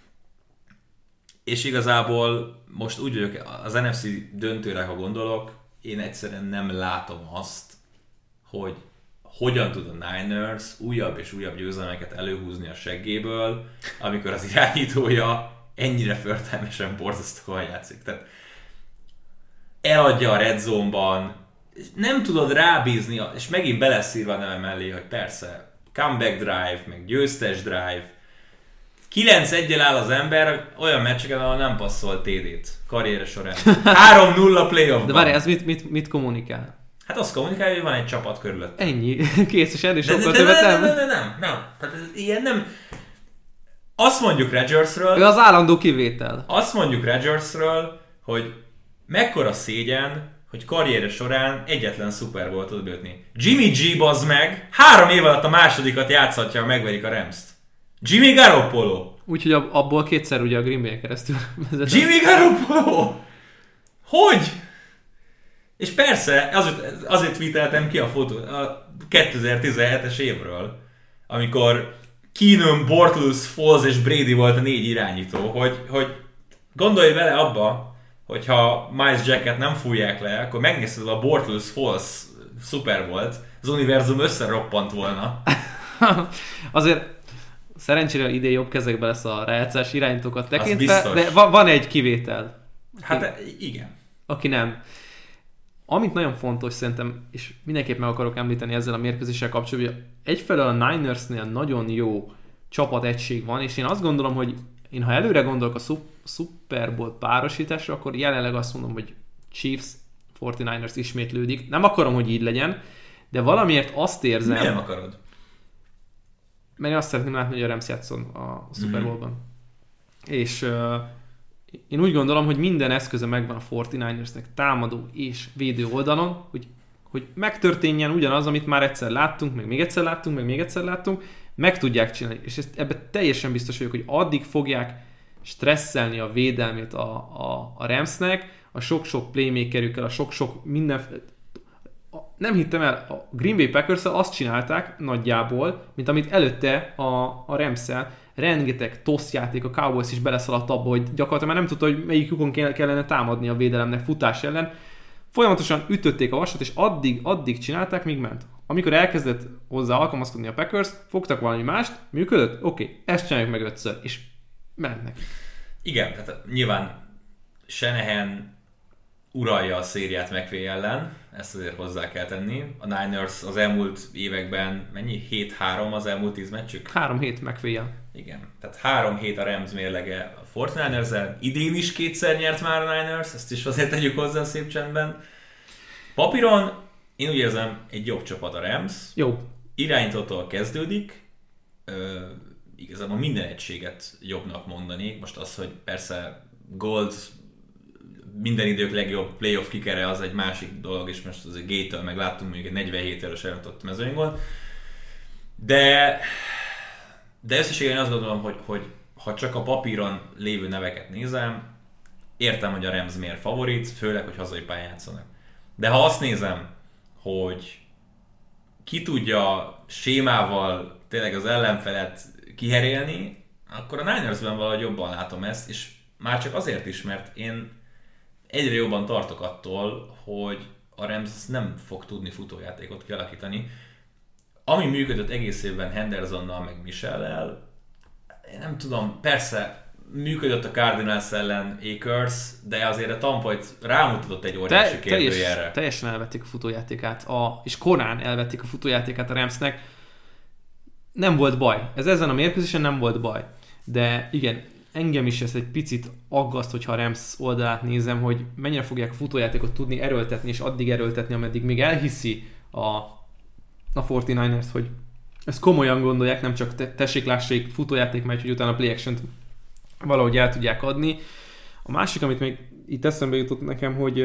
és igazából most úgy vagyok, az en ef cé döntőre, ha gondolok, én egyszerűen nem látom azt, hogy hogyan tud a Niners újabb és újabb győzelmeket előhúzni a seggéből, amikor az irányítója ennyire förtelmesen borzasztóan játszik. Tehát eladja a red zone-ban, nem tudod rábízni, és megint beleszírva a neve mellé, hogy persze, comeback drive, meg győztes drive. kilenc egyel áll az ember olyan meccseken, ahol nem passzol té dét karriere során. három nulla playoffban. De várj, ez mit, mit, mit kommunikál? Hát azt kommunikálja, hogy van egy csapat körülött. Ennyi. Kész, és ennél sokkal de, de, többet nem. nem. Nem, nem, nem, nem. Tehát ez ilyen nem... Azt mondjuk Rodgersről... Ő az állandó kivétel. Azt mondjuk Rodgersről, hogy mekkora szégyen, hogy karriere során egyetlen Super Bowl tud bőtni. Jimmy G, bazd meg, három év alatt a másodikat játszhatja, ha megverik a Rams-t. Jimmy Garoppolo. Úgyhogy abból kétszer ugye a Green Bay-en keresztül vezetett. Jimmy Garoppolo! Hogy? És persze, azért, azért tweeteltem ki a fotót a kétezer-tizenhetes évről, amikor Keenum, Bortles, Foles és Brady volt a négy irányító, hogy, hogy gondolj bele abba, hogyha Miles Jacket nem fújják le, akkor megnézted a Bortles, Foles szuper volt, az univerzum összeroppant volna. Azért szerencsére idén jobb kezekbe lesz a rájátszás irányítókat tekintve, de van, van egy kivétel. Hát aki, igen. Aki nem. Amit nagyon fontos szerintem, és mindenképp meg akarok említeni ezzel a mérkőzéssel kapcsolatban, hogy egyfelől a Ninersnél nagyon jó csapategység van, és én azt gondolom, hogy én ha előre gondolok a Super Bowl párosításra, akkor jelenleg azt mondom, hogy Chiefs, negyvenkilencesek ismétlődik. Nem akarom, hogy így legyen, de valamiért azt érzem... Miért nem akarod? Mert én azt szeretném látni, hogy a Rams játszon a Super Bowl-ban. Mm. És uh, én úgy gondolom, hogy minden eszköze megvan a negyvenkilenceseknek támadó és védő oldalon, hogy, hogy megtörténjen ugyanaz, amit már egyszer láttunk, meg még egyszer láttunk, meg még egyszer láttunk, meg tudják csinálni. És ezt, ebben teljesen biztos vagyok, hogy addig fogják stresszelni a védelmét a, a, a Ramsnek, a sok-sok playmakerükkel, a sok-sok minden... Nem hittem el, a Green Bay Packers-szel azt csinálták nagyjából, mint amit előtte a, a Rams-szel. Rengeteg toss játék, a Cowboys is beleszaladt abba, hogy gyakorlatilag már nem tudta, hogy melyik lyukon kellene támadni a védelemnek futás ellen. Folyamatosan ütötték a vasat, és addig, addig csinálták, míg ment. Amikor elkezdett hozzá alkalmazkodni a Packers, fogtak valami mást, működött, oké, okay, ezt csináljuk meg ötször, és mennek. Igen, tehát nyilván Shanahan uralja a szériát McVay ellen, ezt azért hozzá kell tenni. A Niners az elmúlt években mennyi? hét három az elmúlt tíz meccsük? három hét McVay-jel. Igen, tehát három hét a Rams mérlege a negyvenkilenceszel. Idén is kétszer nyert már a Niners, ezt is azért tegyük hozzá szép csendben. Papíron én úgy érzem, egy jobb csapat a Rams. Jó. Irányítótól kezdődik. Ö, igazából minden egységet jobbnak mondani. Most az, hogy persze Gold minden idők legjobb playoff kikere, az egy másik dolog, és most azért Gay-től meg láttunk mondjuk egy negyvenhét éves eljutott mezőnygolt. De, de összességében azt gondolom, hogy, hogy ha csak a papíron lévő neveket nézem, értem, hogy a Rams miért favorit, főleg, hogy hazai pályán játszanak. De ha azt nézem, hogy ki tudja sémával tényleg az ellenfelet kiherélni, akkor a Ninersben valahogy jobban látom ezt, és már csak azért is, mert én egyre jobban tartok attól, hogy a Rams nem fog tudni futójátékot kialakítani. Ami működött egész évben Hendersonnal, meg Michellel, én nem tudom, persze működött a Cardinals ellen Akers, de azért a Tampa-t rámutatott egy óriási Te, kérdőjelre. Teljes, teljesen elvették a futójátékát, a, és korán elvették a futójátékát a Ramsnek. Nem volt baj. Ez ezen a mérkőzésen nem volt baj. De igen, engem is ez egy picit aggaszt, hogyha a Rams oldalát nézem, hogy mennyire fogják a futójátékot tudni erőltetni, és addig erőltetni, ameddig még elhiszi a, a negyvenkilencesek, hogy ezt komolyan gondolják, nem csak te- tessék, lássék, futójáték megy, hogy utána a play action-t valahogy el tudják adni. A másik, amit még itt eszembe jutott nekem, hogy,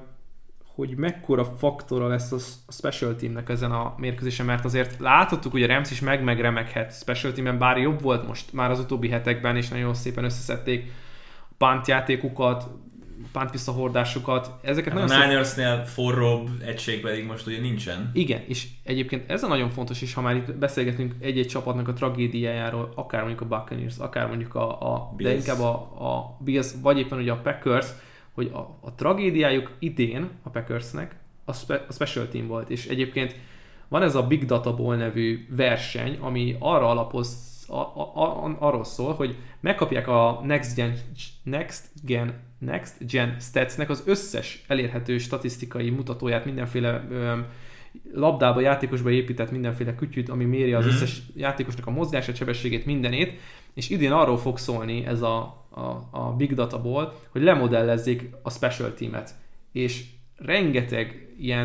hogy mekkora faktora lesz a special teamnek ezen a mérkőzésen, mert azért láthattuk, hogy a Rams is meg-megremeghet special teamben, bár jobb volt most már az utóbbi hetekben, és nagyon szépen összeszedték a punt játékukat, punt visszahordásukat. Ezeket hát nagyon a Ninersnél szép... forróbb egység pedig most ugye nincsen. Igen, és egyébként ez a nagyon fontos is, ha már itt beszélgetünk egy-egy csapatnak a tragédiájáról, akár mondjuk a Buccaneers, akár mondjuk a, a de inkább a, a Bills, vagy éppen ugye a Packers, hogy a, a tragédiájuk idén a Packersnek a, spe, a special team volt, és egyébként van ez a Big Data Bowl nevű verseny, ami arra alapoz, a, a, a, arról szól, hogy megkapják a Next Gen, Next Gen, Next Gen Statsnek az összes elérhető statisztikai mutatóját, mindenféle ö, labdába, játékosba épített mindenféle kütyűt, ami méri az összes játékosnak a mozgását, sebességét, mindenét, és idén arról fog szólni ez a, a, a Big Data Bowl, hogy lemodellezzék a special teamet, és rengeteg ilyen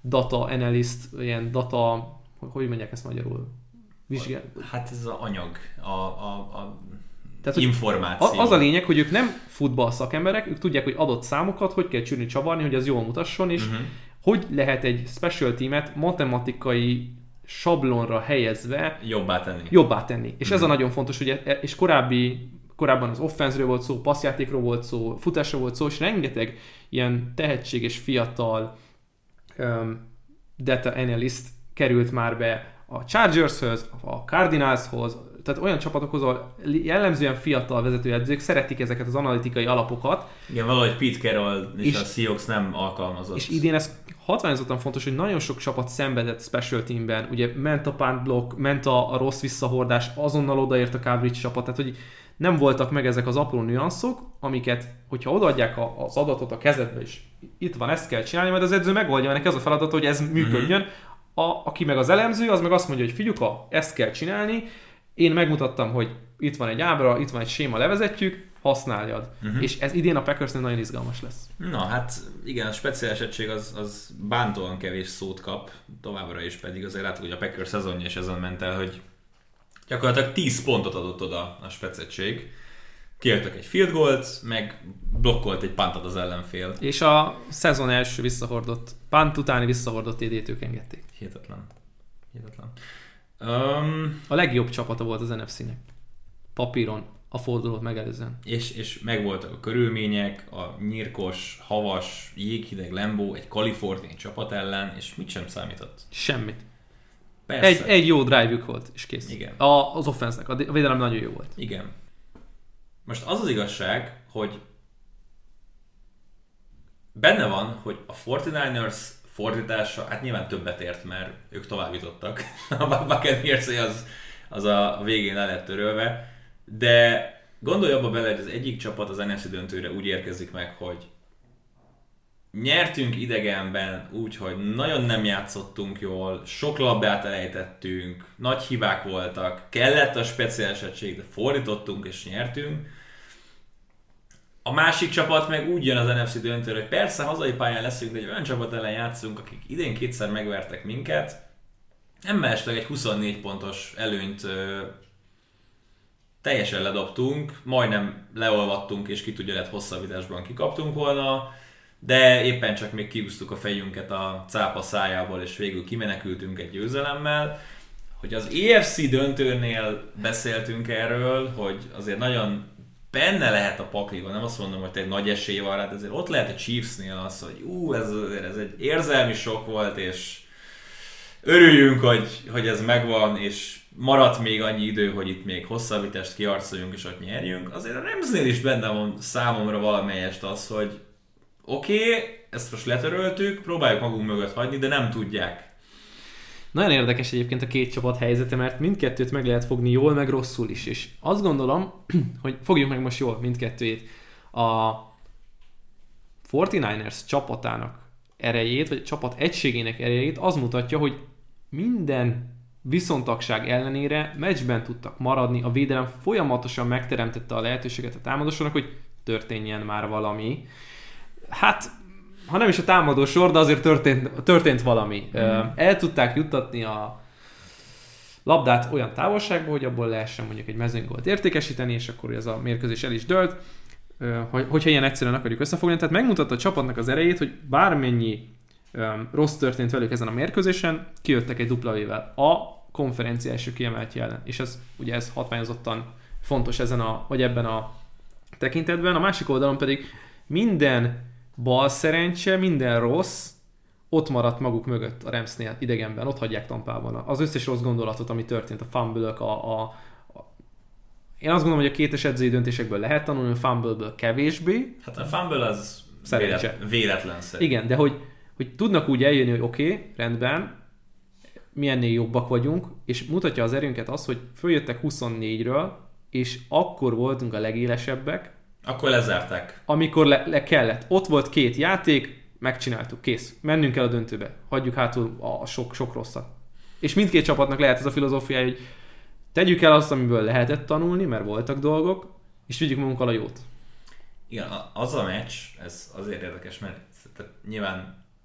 data analyst, ilyen data, hogy mondják ezt magyarul? Vizsgál. Hát ez az anyag, a, a, a Tehát, információ. Az a lényeg, hogy ők nem futball szakemberek, ők tudják, hogy adott számokat hogy kell csűrni, csavarni, hogy az jól mutasson, és uh-huh. hogy lehet egy special teamet matematikai sablonra helyezve jobbá tenni. Jobbá tenni. És uh-huh. ez a nagyon fontos, hogy és korábbi, korábban az offense-ről volt szó, passzjátékról volt szó, futásról volt szó, és rengeteg ilyen tehetséges fiatal um, data analyst került már be a Chargershöz, a Cardinalshoz, tehát olyan csapatokhoz, ahol jellemzően fiatal vezetőedzők szeretik ezeket az analitikai alapokat. Igen, valahogy Pete Carroll és, és a Seahawks nem alkalmazott. És idén ez hatványozottan fontos, hogy nagyon sok csapat szenvedett special teamben, ugye ment a punt block, ment a, a rossz visszahordás, azonnal odaért a coverage csapat, tehát hogy nem voltak meg ezek az apró nüanszok, amiket, hogyha odaadják a, az adatot a kezedbe, és itt van, ezt kell csinálni, majd az edző megoldja, ennek ez a feladat, hogy ez működjön. Mm-hmm. A, aki meg az elemző, az meg azt mondja, hogy figyuka, ezt kell csinálni, én megmutattam, hogy itt van egy ábra, itt van egy séma, levezetjük, használjad. Uh-huh. És ez idén a Packersnél nagyon izgalmas lesz. Na hát igen, a speciális egység az, az bántóan kevés szót kap, továbbra is pedig azért látjuk, hogy a Packers szezonja is ezen ment el, hogy gyakorlatilag tíz pontot adott oda a speciáliség. Kijöttek egy field goalt, meg blokkolt egy puntot az ellenfél. És a szezon első visszahordott, punt utáni visszahordott té dét ők engedték. Hihetetlen. Hihetetlen. Um, a legjobb csapata volt az en ef cé-nek. Papíron, a fordulót megelőzően. És, és megvoltak a körülmények, a nyírkos, havas, jéghideg Lambeau egy kaliforniai csapat ellen, és mit sem számított. Semmit. Persze. Egy, egy jó drive-ük volt, és kész. Igen. A, az offense-nek, a védelem nagyon jó volt. Igen. Most az az igazság, hogy benne van, hogy a negyvenkilencesek fordítása, hát nyilván többet ért, mert ők tovább jutottak. A Buccaneers az, az a végén el lett törölve, de gondolj abba bele, hogy az egyik csapat az en ef cé döntőre úgy érkezik meg, hogy nyertünk idegenben úgy, hogy nagyon nem játszottunk jól, sok labdát elejtettünk, nagy hibák voltak, kellett a speciális egység, de fordítottunk és nyertünk. A másik csapat meg úgy jön az en ef cé döntőre, hogy persze hazai pályán leszünk, de egy olyan csapat ellen játszunk, akik idén kétszer megvertek minket, nem mellesleg egy huszonnégy pontos előnyt ö, teljesen ledobtunk, majdnem leolvattunk és ki tudja, lehet hosszabbításban kikaptunk volna, de éppen csak még kiúztuk a fejünket a cápa szájából, és végül kimenekültünk egy győzelemmel. Hogy az á ef cé döntőnél beszéltünk erről, hogy azért nagyon benne lehet a pakliban, nem azt mondom, hogy egy nagy esély van rá, de azért ott lehet a Chiefsnél az, hogy ú, ez, ez egy érzelmi sok volt, és örüljünk, hogy, hogy ez megvan, és maradt még annyi idő, hogy itt még hosszabbítást kiharcoljunk, és ott nyerjünk. Azért a Ramsnél is benne van számomra valamelyest az, hogy oké, okay, ezt most letöröltük, próbáljuk magunk mögött hagyni, de nem tudják. Nagyon érdekes egyébként a két csapat helyzete, mert mindkettőt meg lehet fogni jól, meg rosszul is. És azt gondolom, hogy fogjuk meg most jól mindkettőjét. A negyvenkilencesek csapatának erejét, vagy a csapat egységének erejét az mutatja, hogy minden viszontagság ellenére meccsben tudtak maradni, a védelem folyamatosan megteremtette a lehetőséget a támadósornak, hogy történjen már valami. Hát, ha nem is a támadó sor, de azért történt, történt valami. Mm. El tudták juttatni a labdát olyan távolságba, hogy abból lehessen mondjuk egy mezőnygolt értékesíteni, és akkor ez a mérkőzés el is dőlt, hogyha ilyen egyszerűen akarjuk összefogni. Tehát megmutatta a csapatnak az erejét, hogy bármennyi rossz történt velük ezen a mérkőzésen, kijöttek egy dupla vével a konferencia első kiemeltje ellen. És ez ugye ez hatványozottan fontos ezen a, vagy ebben a tekintetben. A másik oldalon pedig minden bal szerencse, minden rossz ott maradt maguk mögött a Ramsnél idegenben, ott hagyják Tampában. Az összes rossz gondolatot, ami történt, a fumble-ök, a, a, a... Én azt gondolom, hogy a kétes edzői döntésekből lehet tanulni, a fumble-ből kevésbé. Hát a fumble az szerencse. Véletlenszerű. Igen, de hogy, hogy tudnak úgy eljönni, hogy oké, okay, rendben, mi ennél jobbak vagyunk, és mutatja az erőnket az, hogy följöttek huszonnégyről, és akkor voltunk a legélesebbek, akkor lezárták. Amikor le, le kellett. Ott volt két játék, megcsináltuk, kész. Mennünk el a döntőbe. Hagyjuk hátul a sok, sok rosszat. És mindkét csapatnak lehet ez a filozófiája, hogy tegyük el azt, amiből lehetett tanulni, mert voltak dolgok, és vigyük magunkkal a jót. Igen, az a meccs, ez azért érdekes, mert tehát nyilván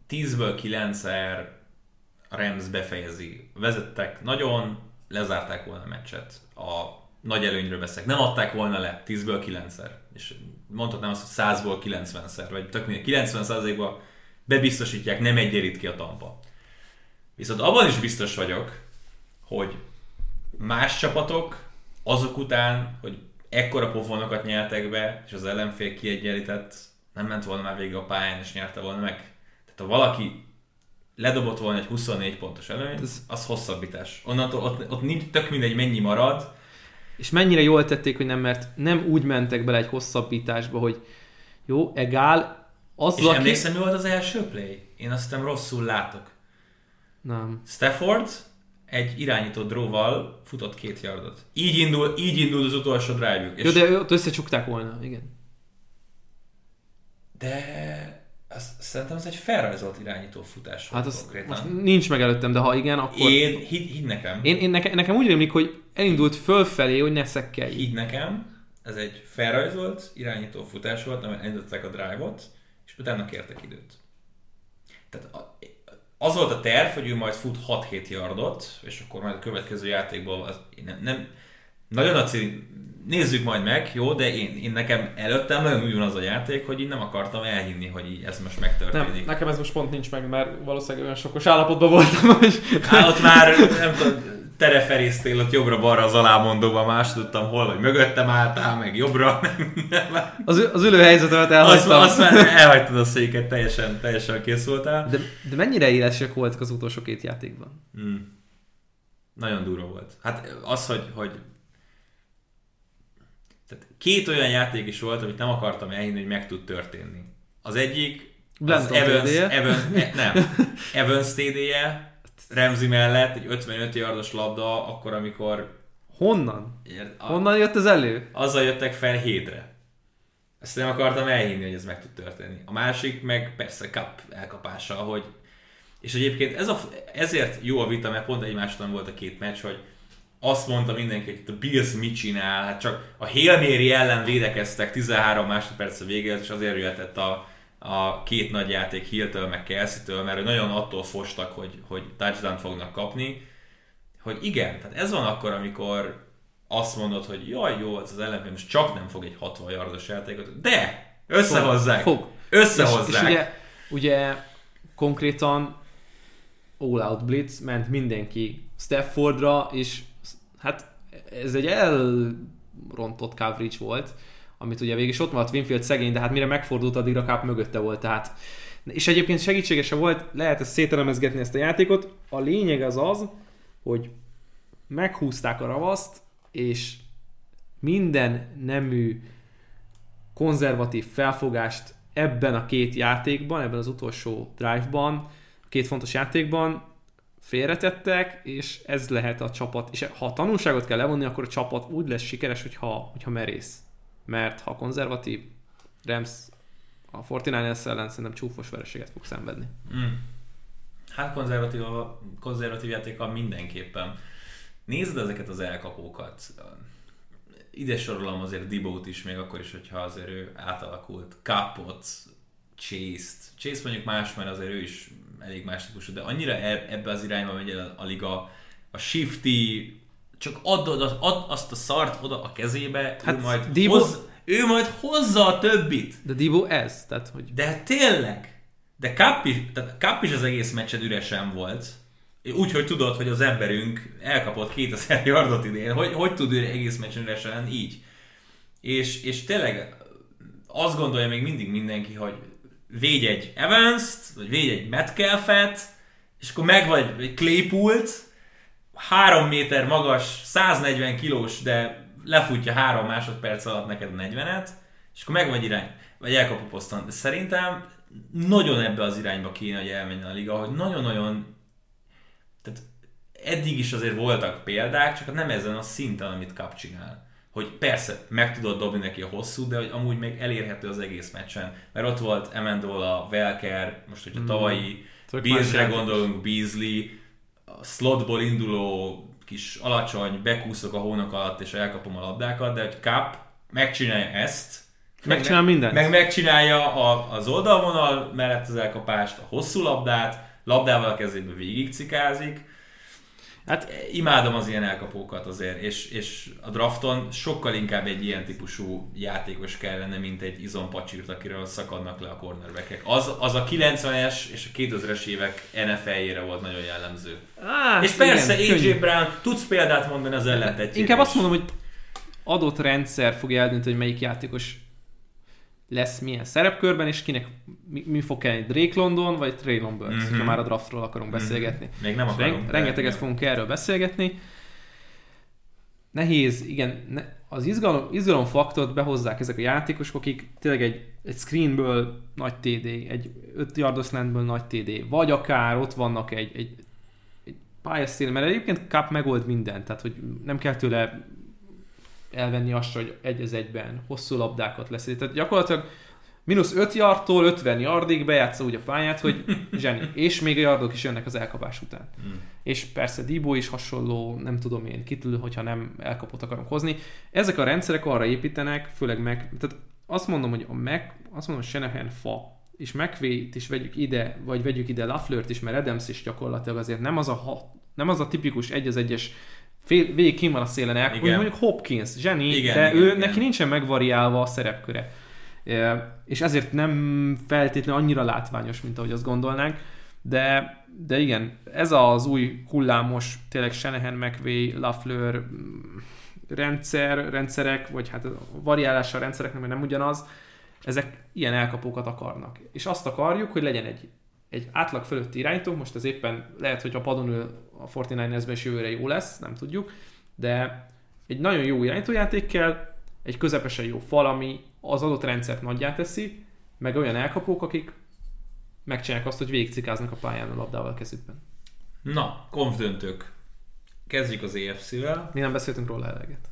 tízből kilencszer a Rams befejezi. Vezettek nagyon, lezárták volna a meccset. A nagy előnyről beszélek. Nem adták volna le tízből kilencszer. És mondhatnám azt, hogy százból kilencvenszer, vagy tök mindegy, kilencven százalékban bebiztosítják, nem egyenlít ki a Tampa. Viszont abban is biztos vagyok, hogy más csapatok azok után, hogy ekkora pofonokat nyertek be, és az ellenfél kiegyenlített, nem ment volna már végig a pályán, és nyerte volna meg. Tehát ha valaki ledobott volna egy huszonnégy pontos előnyt, az hosszabbítás. Onnantól ott, ott nincs, tök mindegy mennyi marad. És mennyire jól tették, hogy nem, mert nem úgy mentek bele egy hosszabbításba, hogy jó, egál, az és aki... emlékszem, mi volt az első play? Én azt hiszem rosszul látok. Nem. Stafford egy irányító dróval futott két yardot. Így indul, így indul az utolsó drive-juk. Jó, de ott összecsukták volna, igen. De azt, szerintem ez egy felrajzolt irányító futás volt hát konkrétan. Most nincs meg előttem, de ha igen, akkor... Én, hidd, hidd nekem. Én, én nekem, nekem úgy rémlik, hogy elindult fölfelé, hogy ne szekkelj. Hidd nekem, ez egy felrajzolt irányító futás volt, amelyen elindították a drive-ot, és utána kértek időt. Tehát az volt a terv, hogy ő majd fut hat-hét yardot, és akkor majd a következő játékból az, nem, nem, nagyon a cél, nézzük majd meg, jó, de én, én nekem előttem nagyon úgy van az a játék, hogy így nem akartam elhinni, hogy így ez most megtörténik. Nem, nekem ez most pont nincs meg, mert valószínűleg olyan sokkos állapotban voltam, hogy... Hát ott már, nem tudom, tereferésztél ott jobbra-balra az alámondóban, más tudtam hol, hogy mögöttem álltál, meg jobbra. az, az ülőhelyzetemet elhagytam. Azt, azt már elhagytad a széket, teljesen, teljesen kész voltál. De, de mennyire élesek voltak az utolsó két játékban? Hmm. Nagyon durva volt. Hát az, hogy, hogy tehát két olyan játék is volt, amit nem akartam elhinni, hogy meg tud történni. Az egyik az Evans, Evans, nem, Evans té dé-je, Ramsey mellett egy ötvenöt yardos labda, akkor amikor... Honnan? Ér, a, Honnan jött ez elő? Azzal jöttek fel hétre. Ezt nem akartam elhinni, hogy ez meg tud történni. A másik meg persze Cup elkapása, hogy... És egyébként ez a, ezért jó a vita, mert pont egymástan volt a két meccs, hogy azt mondta mindenki, hogy a Bills mit csinál, hát csak a Hail Mary ellen védekeztek tizenhárom másodperc a végén, és azért jöhetett a, a két nagy játék Hill-től, meg Kelsey-től, mert nagyon attól fostak, hogy, hogy touchdown-t fognak kapni, hogy igen, tehát ez van akkor, amikor azt mondod, hogy jaj, jó, ez az ellenfél most csak nem fog egy hatvan yardos játékot, de összehozzák, fog, fog. összehozzák. És, és ugye, ugye konkrétan all out blitz, ment mindenki Staffordra, és hát ez egy elrontott coverage volt, amit ugye végig is ott maradt Winfield szegény, de hát mire megfordult, addigra Cup mögötte volt, tehát és egyébként segítségese volt, lehet ezt szételemezgetni ezt a játékot, a lényeg az az, hogy meghúzták a ravaszt, és minden nemű konzervatív felfogást ebben a két játékban, ebben az utolsó drive-ban, két fontos játékban félretettek, és ez lehet a csapat, és ha a tanulságot kell levonni, akkor a csapat úgy lesz sikeres, hogyha, hogyha merész. Mert ha konzervatív, Rams a negyvenkilences ellen szerintem csúfos vereséget fog szenvedni. Mm. Hát konzervatív, konzervatív játékkal mindenképpen. Nézd ezeket az elkapókat. Ide sorolom azért Dibót is, még akkor is, hogyha azért ő átalakult. Cupot, Chase-t. Chase mondjuk más, mert azért ő is elég más típusú, de annyira ebbe az irányba megy el a liga. A shifty, csak add, add, add azt a szart oda a kezébe, hát ő, majd Debo... hoz, ő majd hozza a többit. De Debo ez, tehát hogy... De tényleg! De Cup is, tehát Cup is az egész meccsen üresen volt. Úgy, hogy tudod, hogy az emberünk elkapott kétezer yardot idén. Hogy, hogy tud ő egész meccsen üresen lenni? Így. És, és tényleg azt gondolja még mindig mindenki, hogy védj egy Evans-t, vagy védj egy Metcalf-et, és akkor meg vagy egy Claypoolt, három méter magas, száznegyven kilós, de lefutja három másodperc alatt neked negyvenet, és akkor meg vagy irány, vagy elkap a poszton. De szerintem nagyon ebbe az irányba kéne, hogy elmenjen a liga, hogy nagyon-nagyon, tehát eddig is azért voltak példák, csak nem ezen a szinten, amit Cup csinál. Hogy persze meg tudod dobni neki a hosszút, de hogy amúgy még elérhető az egész meccsen. Mert ott volt Amendola, Welker, most hogyha tavalyi mm. Beasley-re gondolunk, Beasley, a slotból induló kis alacsony, bekúszok a hónok alatt és elkapom a labdákat, de hogy Cup megcsinálja ezt, Megcsinál mindent. Meg megcsinálja a, az oldalvonal mellett az elkapást, a hosszú labdát, labdával a kezébe végigcikázik. Hát imádom az ilyen elkapókat azért, és, és a drafton sokkal inkább egy ilyen típusú játékos kellene, mint egy Izon Pacsírt, akiről szakadnak le a cornerbackek. Az, az a kilencvenes és a kétezres évek en ef el-jére volt nagyon jellemző. Á, és persze igen, á jé Brown, tudsz példát mondani az ellentetjére. Inkább azt mondom, hogy adott rendszer fogja eldönteni, hogy melyik játékos lesz milyen szerepkörben, és kinek mi, mi fog kelleni, Drake London, vagy Treylon Burks, mm-hmm. ha már a draftról akarunk mm-hmm. beszélgetni. Még nem akarunk. Ren- rengeteget fogunk erről beszélgetni. Nehéz, igen, ne, az izgalom, izgalomfaktort behozzák ezek a játékosok, akik tényleg egy, egy screenből nagy té dé, egy öt yardos slanből nagy té dé, vagy akár ott vannak egy, egy, egy pályaszél, mert egyébként Cup megold mindent, tehát hogy nem kell tőle elvenni azt, hogy egy az egyben hosszú labdákat lesz. Tehát gyakorlatilag mínusz öt yardtól ötven yardig bejátsza úgy a pályát, hogy zseni. És még a yardok is jönnek az elkapás után. Mm. És persze Debo is hasonló, nem tudom én, kitül, hogyha nem elkapott akarunk hozni. Ezek a rendszerek arra építenek, főleg meg, tehát azt mondom, hogy a Mac, azt mondom, hogy Shanahan fa, és McVay-t is vegyük ide, vagy vegyük ide Lafleur-t is, mert Adams is gyakorlatilag azért nem az a, ha, nem az a tipikus egy az egyes Fél, végig kim van a szélen el, hogy mondjuk Hopkins, zseni, igen, de igen, ő, igen. neki nincsen megvariálva a szerepköre. E, és ezért nem feltétlenül annyira látványos, mint ahogy azt gondolnánk, de, de igen, ez az új hullámos, tényleg Shanahan, McVay, Lafleur rendszer, rendszerek, vagy hát a variálása a rendszereknek, mert nem ugyanaz, ezek ilyen elkapókat akarnak. És azt akarjuk, hogy legyen egy, egy átlag fölötti irányító, most ez éppen lehet, hogy a padon ül a negyvenkilencesben is jövőre jó lesz, nem tudjuk, de egy nagyon jó irányítójáték kell, egy közepesen jó fal, ami az adott rendszert nagyjá teszi, meg olyan elkapók, akik megcsinálják azt, hogy végigcikáznak a pályán a labdával a kezükben. Na, konfdöntők. Kezdjük az á ef cé-vel. Mi nem beszéltünk róla eleget.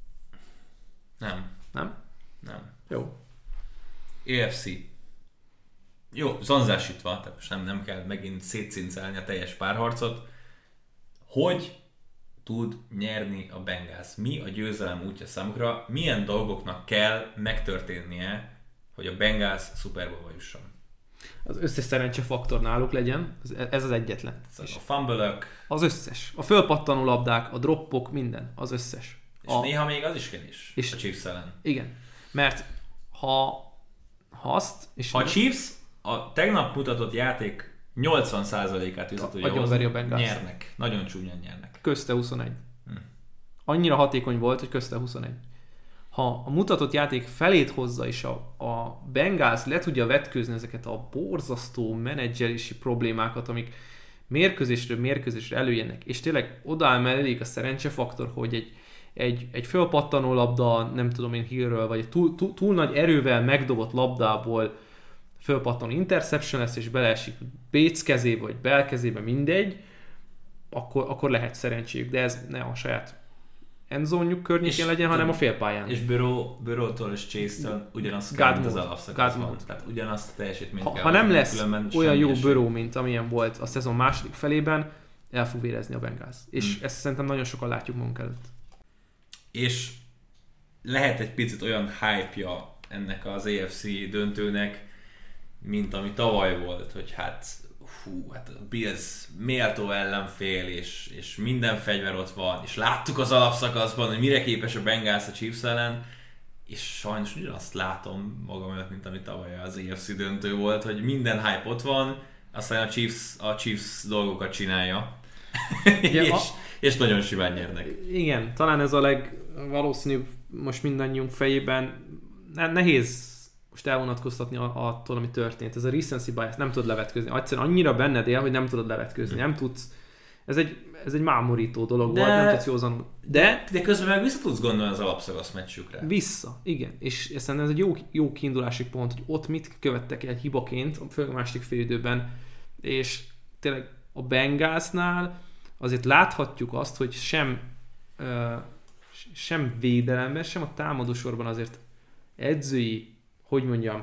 Nem. Nem? Nem. Jó. á ef cé. Jó, zanzásítva, tehát most nem, nem kell megint szétszincálni a teljes párharcot. Hogy tud nyerni a Bengals? Mi a győzelem útja számukra? Milyen dolgoknak kell megtörténnie, hogy a Bengals Super Bowl-ba jusson? Az összes szerencse faktor náluk legyen, ez az egyetlen. A fumble-ök. Az összes. A fölpattanó labdák, a droppok, minden. Az összes. És a... néha még az is kevés és... a Chiefs ellen. Igen. Mert ha, ha azt... És ha a Chiefs a tegnap mutatott játék nyolcvan százalékát üzletője nyernek. Nagyon csúnyán nyernek. Közte huszonegy. Hm. Annyira hatékony volt, hogy közte huszonegy. Ha a mutatott játék felét hozza, és a, a Bengals le tudja vetkőzni ezeket a borzasztó menedzselési problémákat, amik mérkőzésről mérkőzésre előjönnek, és tényleg odaáll mellék a szerencsefaktor, hogy egy, egy, egy fölpattanó labda, nem tudom én Hillről, vagy egy túl, túl, túl nagy erővel megdobott labdából fölpattanó interception lesz, és beleesik Bates kezébe, vagy Bell kezébe, mindegy, akkor, akkor lehet szerencséjük, de ez ne a saját endzónjuk környékén legyen, tudom, hanem a félpályán. És Burrow-tól és Chase-től ugyanazt kell, mint az alapszakaszban. Tehát ugyanazt a teljesítményt ha, kell. Ha nem lesz olyan jó Burrow, mint amilyen volt a szezon második felében, el fog vérezni a Bengals. És hmm. ezt szerintem nagyon sokan látjuk magunk előtt. És lehet egy picit olyan hype-ja ennek az á ef cé döntőnek, mint ami tavaly volt, hogy hát hú, hát a Bills méltó ellenfél, és, és minden fegyver ott van, és láttuk az alapszakaszban, hogy mire képes a Bengals a Chiefs ellen, és sajnos ugyanazt látom magam előtt, mint ami tavaly az á ef cé döntő volt, hogy minden hype ott van, aztán a Chiefs, a Chiefs dolgokat csinálja, ja, és, a... és nagyon simán nyernek. Igen, talán ez a legvalószínűbb most mindannyiunk fejében. Nehéz most elvonatkoztatni attól, ami történt. Ez a recency bias, nem tudod levetkőzni. Egyszerűen annyira benned él, hogy nem tudod levetkőzni. Nem tudsz. Ez egy, ez egy mámorító dolog de, volt, nem tudsz józan. De, de közben meg vissza tudsz gondolni az alapszakasz meccsükre. Vissza, igen. És szerintem ez egy jó, jó kiindulási pont, hogy ott mit követtek el hibaként, főleg a második fél időben. És tényleg a Bengalsnál azért láthatjuk azt, hogy sem, uh, sem védelemben, sem a támadósorban azért edzői, hogy mondjam,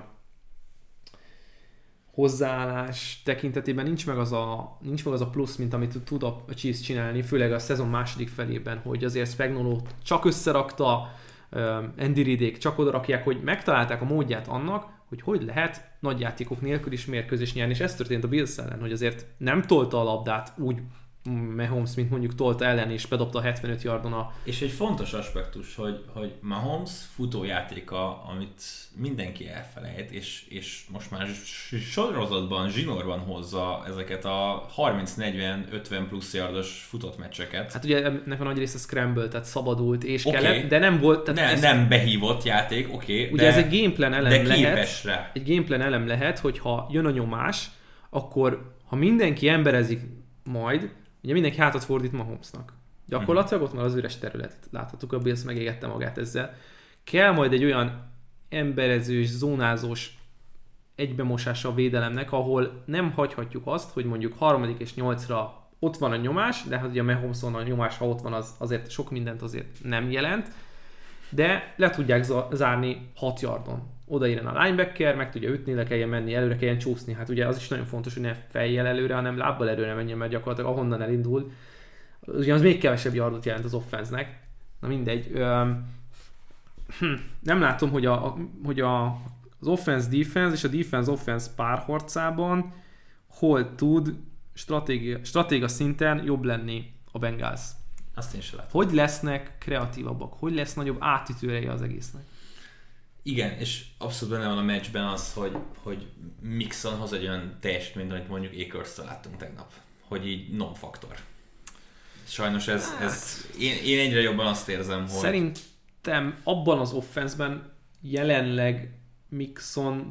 hozzáállás tekintetében nincs meg az a, nincs meg az a plusz, mint amit tud a Chiefs csinálni, főleg a szezon második felében, hogy azért Spagnuolo csak összerakta, Andy Reidék csak oda rakják, hogy megtalálták a módját annak, hogy hogy lehet nagy játékok nélkül is mérkőzést nyerni, és ez történt a Bills ellen, hogy azért nem tolta a labdát úgy Mahomes, mint mondjuk tolta ellen, és bedobta a hetvenöt yardon a... És egy fontos aspektus, hogy, hogy Mahomes futójátéka, amit mindenki elfelejt, és, és most már sorozatban, zsinórban hozza ezeket a harminc negyven ötven plusz yardos futott meccseket. Hát ugye ennek a nagy része scramble, tehát szabadult és okay. kellett, de nem volt... Tehát ne, ez, nem behívott játék, oké. Okay, ugye de, ez egy gameplan elem lehet. Rá. Egy gameplan elem lehet, hogyha jön a nyomás, akkor ha mindenki emberezik majd, ugye mindenki hátat fordít Mahomesnak. Gyakorlatilag ott már az üres területet láthatjuk, a Bills megégette magát ezzel. Kell majd egy olyan emberezős, zónázós egybemosása a védelemnek, ahol nem hagyhatjuk azt, hogy mondjuk harmadik és nyolcra ott van a nyomás, de hát ugye a Mahomeson a nyomás, ha ott van, az azért sok mindent azért nem jelent, de le tudják zárni hat yardon. Odaérjen a linebacker, meg tudja ütni, le kelljen menni, előre kelljen csúszni. Hát ugye az is nagyon fontos, hogy ne fejjel előre, hanem lábbal előre menjen, mert gyakorlatilag ahonnan elindul, ugye az még kevesebb yardot jelent az offense-nek. Na mindegy. Öm, hm, nem látom, hogy, a, a, hogy a, az offense-defense és a defense-offense párharcában hol tud stratégia, stratégia szinten jobb lenni a Bengals. Azt én sem látom. Hogy lesznek kreatívabbak? Hogy lesz nagyobb átütőreje az egésznek? Igen, és abszolút benne van a meccsben az, hogy, hogy Mixon hoz egy olyan teljesítményt, amit mondjuk Akers-től láttunk tegnap. Hogy így non-faktor. Sajnos ez, hát, ez én, én egyre jobban azt érzem, hogy... Szerintem abban az offenszben jelenleg Mixon,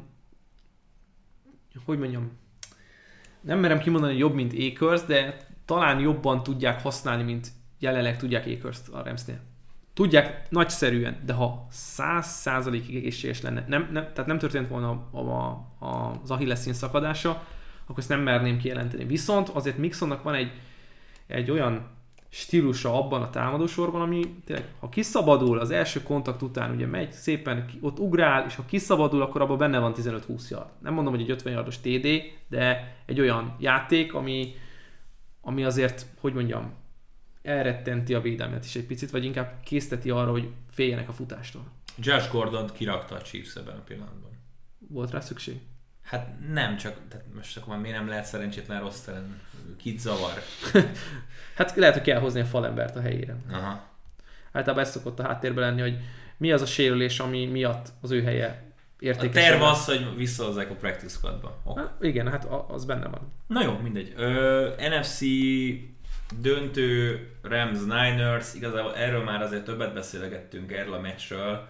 hogy mondjam, nem merem kimondani, hogy jobb, mint Akers, de talán jobban tudják használni, mint jelenleg tudják Akers-t a Ramsnél. Tudják nagyszerűen, de ha száz százalékig egészséges lenne, nem, nem, tehát nem történt volna a, a, a, az Achilles-szín szakadása, akkor ezt nem merném kijelenteni. Viszont azért Mixonnak van egy, egy olyan stílusa abban a támadósorban, ami tényleg, ha kiszabadul az első kontakt után, ugye megy szépen, ott ugrál, és ha kiszabadul, akkor abban benne van tizenöt-húsz yard. Nem mondom, hogy egy ötven yardos té dé, de egy olyan játék, ami, ami azért, hogy mondjam, elrettenti a védelmet is egy picit, vagy inkább készteti arra, hogy féljenek a futástól. Josh Gordont kirakta a Chiefs ebben a pillanatban. Volt rá szükség? Hát nem, csak tehát most akkor már miért nem lehet szerencsétlen rossz telen? Kit zavar? Hát lehet, hogy kell hozni a falembert a helyére. Aha. Általában ez szokott a háttérben lenni, hogy mi az a sérülés, ami miatt az ő helye értékes. A terv az, hogy visszahozzák a practice squadba. Okay. Hát, igen, hát az benne van. Na jó, mindegy. Ö, en ef cé döntő, Rams, Niners, igazából erről már azért többet beszélgettünk, erről a meccsről.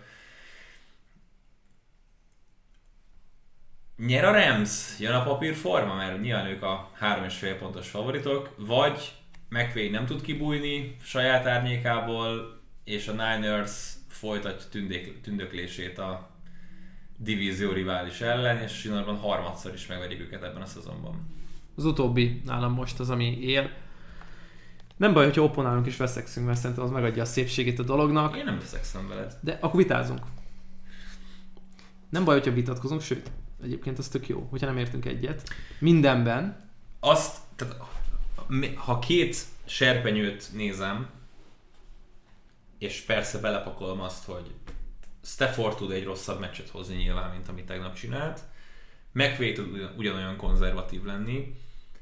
Nyer a Rams, jön a papírforma, mert nyilván ők a három és fél pontos favoritok, vagy McVay nem tud kibújni saját árnyékából, és a Niners folytatja tündék, tündöklését a divízió rivális ellen, és Sinorban harmadszor is megverik őket ebben a szezonban. Az utóbbi nálam most az, ami él. Nem baj, hogyha opponálunk és veszekszünk, mert szerintem az megadja a szépségét a dolognak. Én nem veszekszem veled. De akkor vitázunk. Nem baj, hogyha vitatkozunk, sőt, egyébként az tök jó, hogyha nem értünk egyet. Mindenben. Azt, tehát, ha két serpenyőt nézem, és persze belepakolom azt, hogy Stafford tud egy rosszabb meccset hozni nyilván, mint amit tegnap csinált. McVay tud ugyanolyan konzervatív lenni.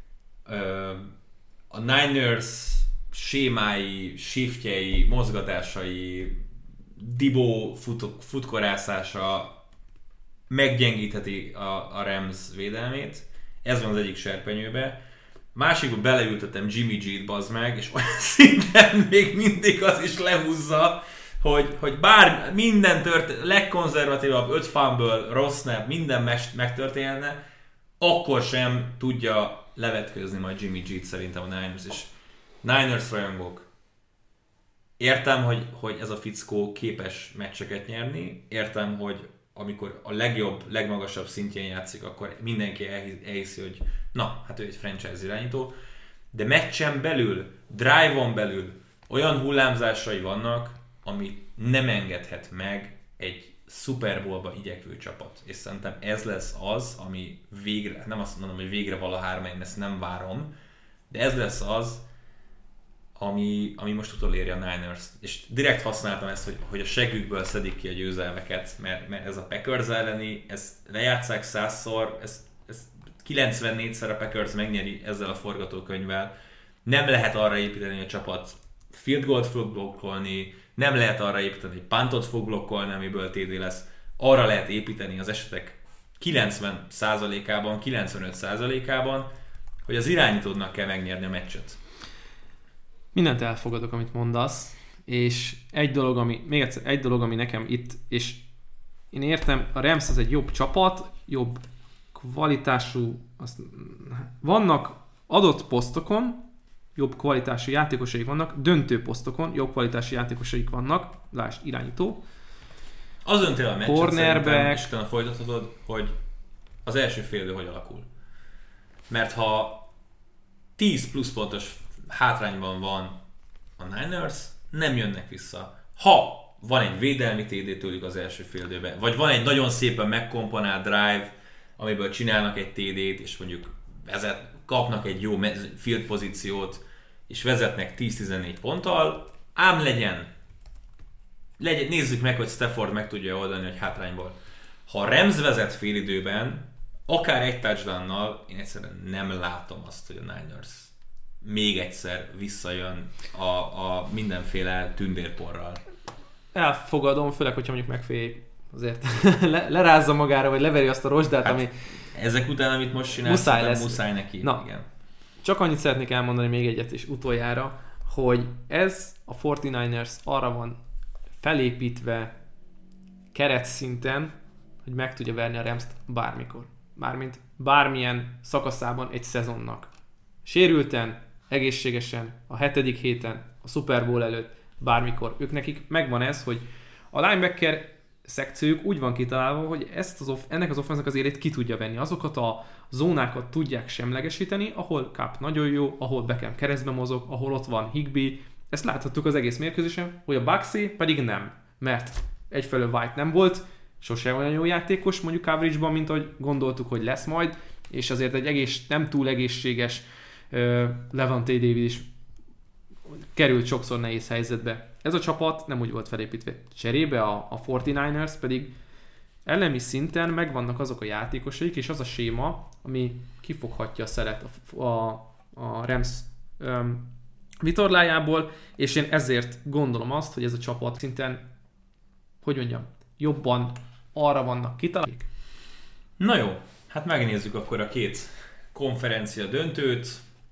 A Niners sémái, shiftjei, mozgatásai, Dibó fut, futkorászása meggyengítheti a, a Rams védelmét. Ez van az egyik serpenyőbe. Másikban beleültetem Jimmy G-t, bazd meg, és olyan szinten még mindig az is lehúzza, hogy, hogy bár minden történt, legkonzervatívabb, öt fumble, rossz snap, minden megtörténne, akkor sem tudja levetkőzni majd Jimmy G-t szerintem a Niners, és Niners rajongók. Értem, hogy, hogy ez a fickó képes meccseket nyerni, értem, hogy amikor a legjobb, legmagasabb szintjén játszik, akkor mindenki elhiszi, hogy na, hát ő egy franchise irányító, de meccsen belül, drive-on belül olyan hullámzásai vannak, amit nem engedhet meg egy Super Bowl-ba igyekvő csapat. És szerintem ez lesz az, ami végre, nem azt mondom, hogy végre valahára, mert ezt nem várom, de ez lesz az, ami, ami most utoléri a Niners. És direkt használtam ezt, hogy, hogy a segükből szedik ki a győzelmeket, mert, mert ez a Packers elleni, ezt lejátszák százszor, ezt, ezt kilencvennégyszer a Packers megnyeri ezzel a forgatókönyvvel. Nem lehet arra építeni, hogy a csapat field goalt fog blokkolni, nem lehet arra építeni, hogy puntot fog blokkolni, amiből té dé lesz. Arra lehet építeni az esetek kilencven százalékában, kilencvenöt százalékában, hogy az irányítódnak kell megnyerni a meccset. Mindent elfogadok, amit mondasz, és egy dolog, ami, még egyszer, egy dolog, ami nekem itt, és én értem, a Rams az egy jobb csapat, jobb kvalitású, azt, vannak adott posztokon, jobb kvalitású játékosaik vannak, döntő posztokon jobb kvalitású játékosaik vannak, lásd, irányító. Az döntél a meccset cornerback, szerintem, és utána folytathatod, hogy az első fél idő hogy alakul. Mert ha tíz plusz pontos hátrányban van a Niners, nem jönnek vissza. Ha van egy védelmi té dé tőlük az első fél időben, vagy van egy nagyon szépen megkomponált drive, amiből csinálnak egy té dét, és mondjuk vezet, kapnak egy jó field pozíciót, és vezetnek tíz-tizennégy ponttal, ám legyen. legyen. Nézzük meg, hogy Stafford meg tudja oldani, hogy hátrányból. Ha a Rams vezet fél időben, akár egy touchdownnal, én egyszerűen nem látom azt, hogy a Niners még egyszer visszajön a, a mindenféle tündérporral. Elfogadom, főleg, hogyha mondjuk megfél azért le, lerázza magára, vagy leveri azt a rozsdát, hát, ami... Ezek után, amit most csinál, muszáj lesz. Muszáj neki. Na, igen. Csak annyit szeretnék elmondani még egyet és utoljára, hogy ez a negyvenkilencesek arra van felépítve keretszinten, hogy meg tudja verni a Ramst bármikor. Mármint bármilyen szakaszában egy szezonnak. Sérülten, egészségesen, a hetedik héten, a Super Bowl előtt, bármikor. Ők nekik megvan ez, hogy a linebacker szekciójuk úgy van kitalálva, hogy ezt az off- ennek az offensznek az élét ki tudja venni. Azokat a zónákat tudják semlegesíteni, ahol Cup nagyon jó, ahol Beckham keresztbe mozog, ahol ott van Higbee. Ezt láthattuk az egész mérkőzésen, hogy a Bucksé pedig nem. Mert egyfelől White nem volt, sose olyan jó játékos mondjuk coverage-ban, mint ahogy gondoltuk, hogy lesz majd, és azért egy egész, nem túl egészséges uh, Levante David is került sokszor nehéz helyzetbe. Ez a csapat nem úgy volt felépítve. Cserébe a, a negyvenkilencesek pedig elemi szinten megvannak azok a játékosaik, és az a séma, ami kifoghatja a szelet a, a, a Rams um, vitorlájából, és én ezért gondolom azt, hogy ez a csapat szinten, hogy mondjam, jobban arra vannak kitalálva. Na jó, hát megnézzük akkor a két konferencia döntőt.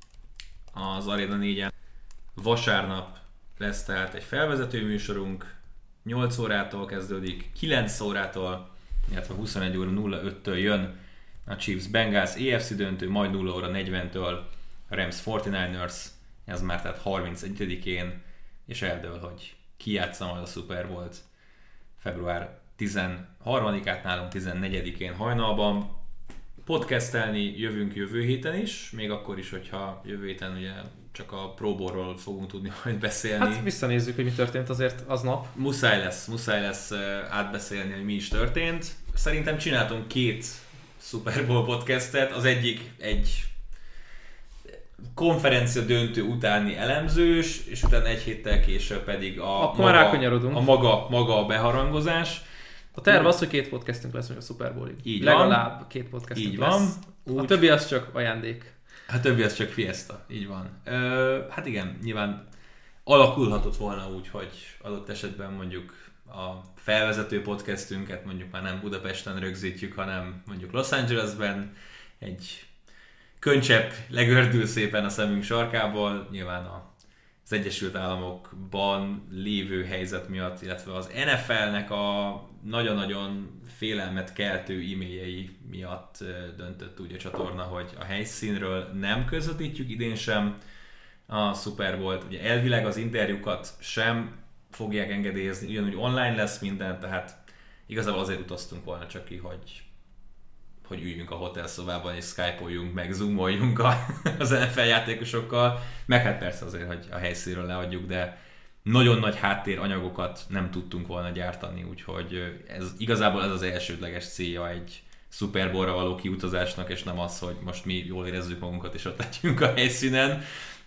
Az Arena négyen vasárnap lesz tehát egy felvezető műsorunk, nyolc órától kezdődik, kilenc órától, illetve huszonegy óra nulla öttől jön a Chiefs Bengals á ef cé döntő, majd nulla óra negyventől a Rams negyvenkilencesek, ez már tehát harmincegyedikén, és eldől, hogy ki játsza majd a Super Bowl-t február tizenharmadikát nálunk tizennegyedikén hajnalban. Podcastelni jövünk jövő héten is, még akkor is, hogyha jövő héten ugye csak a Pro Bowl-ról fogunk tudni majd beszélni. Hát visszanézzük, hogy mi történt azért aznap. Muszáj lesz, muszáj lesz átbeszélni, hogy mi is történt. Szerintem csináltunk két Super Bowl podcastet, az egyik egy konferencia döntő utáni elemzős, és utána egy héttel később pedig a, maga, a maga, maga a beharangozás. A terv az, hogy két podcastünk lesz, mondjuk a Super Bowl-ig. Így Legalább van. két podcastünk így lesz. Van. Úgy. A többi az csak ajándék. A többi az csak fiesta. Így van. Ö, hát igen, nyilván alakulhatott volna úgy, hogy adott esetben mondjuk a felvezető podcastünket mondjuk már nem Budapesten rögzítjük, hanem mondjuk Los Angelesben, egy könycsepp legördül szépen a szemünk sarkából, nyilván az Egyesült Államokban lévő helyzet miatt, illetve az en ef el-nek a nagyon-nagyon félelmet keltő e-mailjei miatt döntött úgy a csatorna, hogy a helyszínről nem közvetítjük idén sem a Super Bowl-t. Ugye elvileg az interjúkat sem fogják engedélyezni, ugyanúgy online lesz minden, tehát igazából azért utaztunk volna csak ki, hogy hogy üljünk a hotelszobában és skype-oljunk, meg zoomoljunk a, az en ef el játékosokkal, meg hát persze azért, hogy a helyszínről leadjuk, de nagyon nagy háttéranyagokat nem tudtunk volna gyártani, úgyhogy ez igazából ez az elsődleges célja egy Super Bowl-ra való kiutazásnak, és nem az, hogy most mi jól érezzük magunkat és ott legyünk a helyszínen.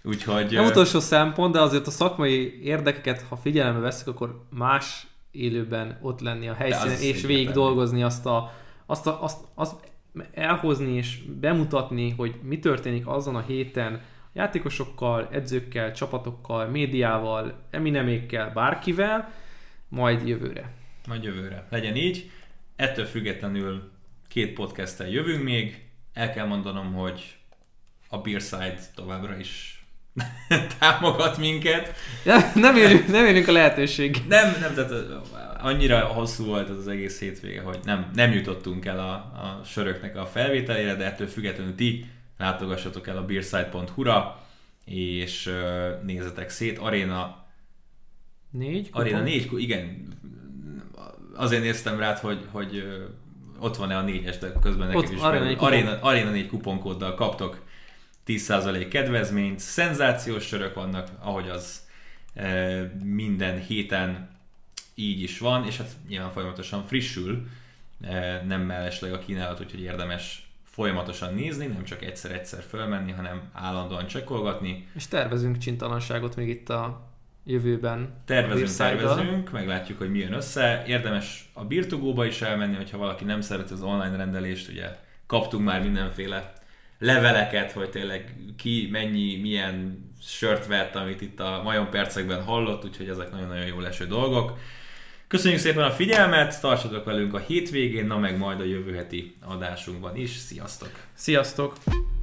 Úgyhogy... Nem utolsó szempont, de azért a szakmai érdekeket, ha figyelembe veszük, akkor más élőben ott lenni a helyszínen, és végig dolgozni azt a, azt, a, azt, azt elhozni és bemutatni, hogy mi történik azon a héten játékosokkal, edzőkkel, csapatokkal, médiával, Eminemékkel, bárkivel, majd jövőre. Majd jövőre. Legyen így. Ettől függetlenül két podcasttel jövünk még. El kell mondanom, hogy a Beerside továbbra is támogat minket. Ja, nem, élünk, nem élünk a lehetőség. Nem, nem, tehát annyira hosszú volt az, az egész hétvége, hogy nem, nem jutottunk el a, a söröknek a felvételére, de ettől függetlenül ti látogassatok el a beerside pont hu-ra, és uh, nézzetek szét. Aréna négy? Aréna négy, igen. Azért néztem rád, hogy, hogy uh, ott van-e a négyes, de közben nekem ott is Aréna négy, Aréna, Aréna négy kuponkóddal kaptok tíz százalék kedvezményt, szenzációs sörök vannak, ahogy az uh, minden héten így is van, és hát nyilván folyamatosan frissül, uh, nem mellesleg a kínálat, úgyhogy érdemes folyamatosan nézni, nem csak egyszer-egyszer fölmenni, hanem állandóan csekkolgatni. És tervezünk csintalanságot még itt a jövőben. Tervezünk, tervezünk, meglátjuk, hogy mi jön össze. Érdemes a birtogóba is elmenni, hogyha valaki nem szeret az online rendelést, ugye kaptunk már mindenféle leveleket, hogy tényleg ki, mennyi, milyen sört vett, amit itt a majompercekben hallott, úgyhogy ezek nagyon-nagyon jól eső dolgok. Köszönjük szépen a figyelmet, tartsatok velünk a hétvégén, na meg majd a jövő heti adásunkban is. Sziasztok! Sziasztok!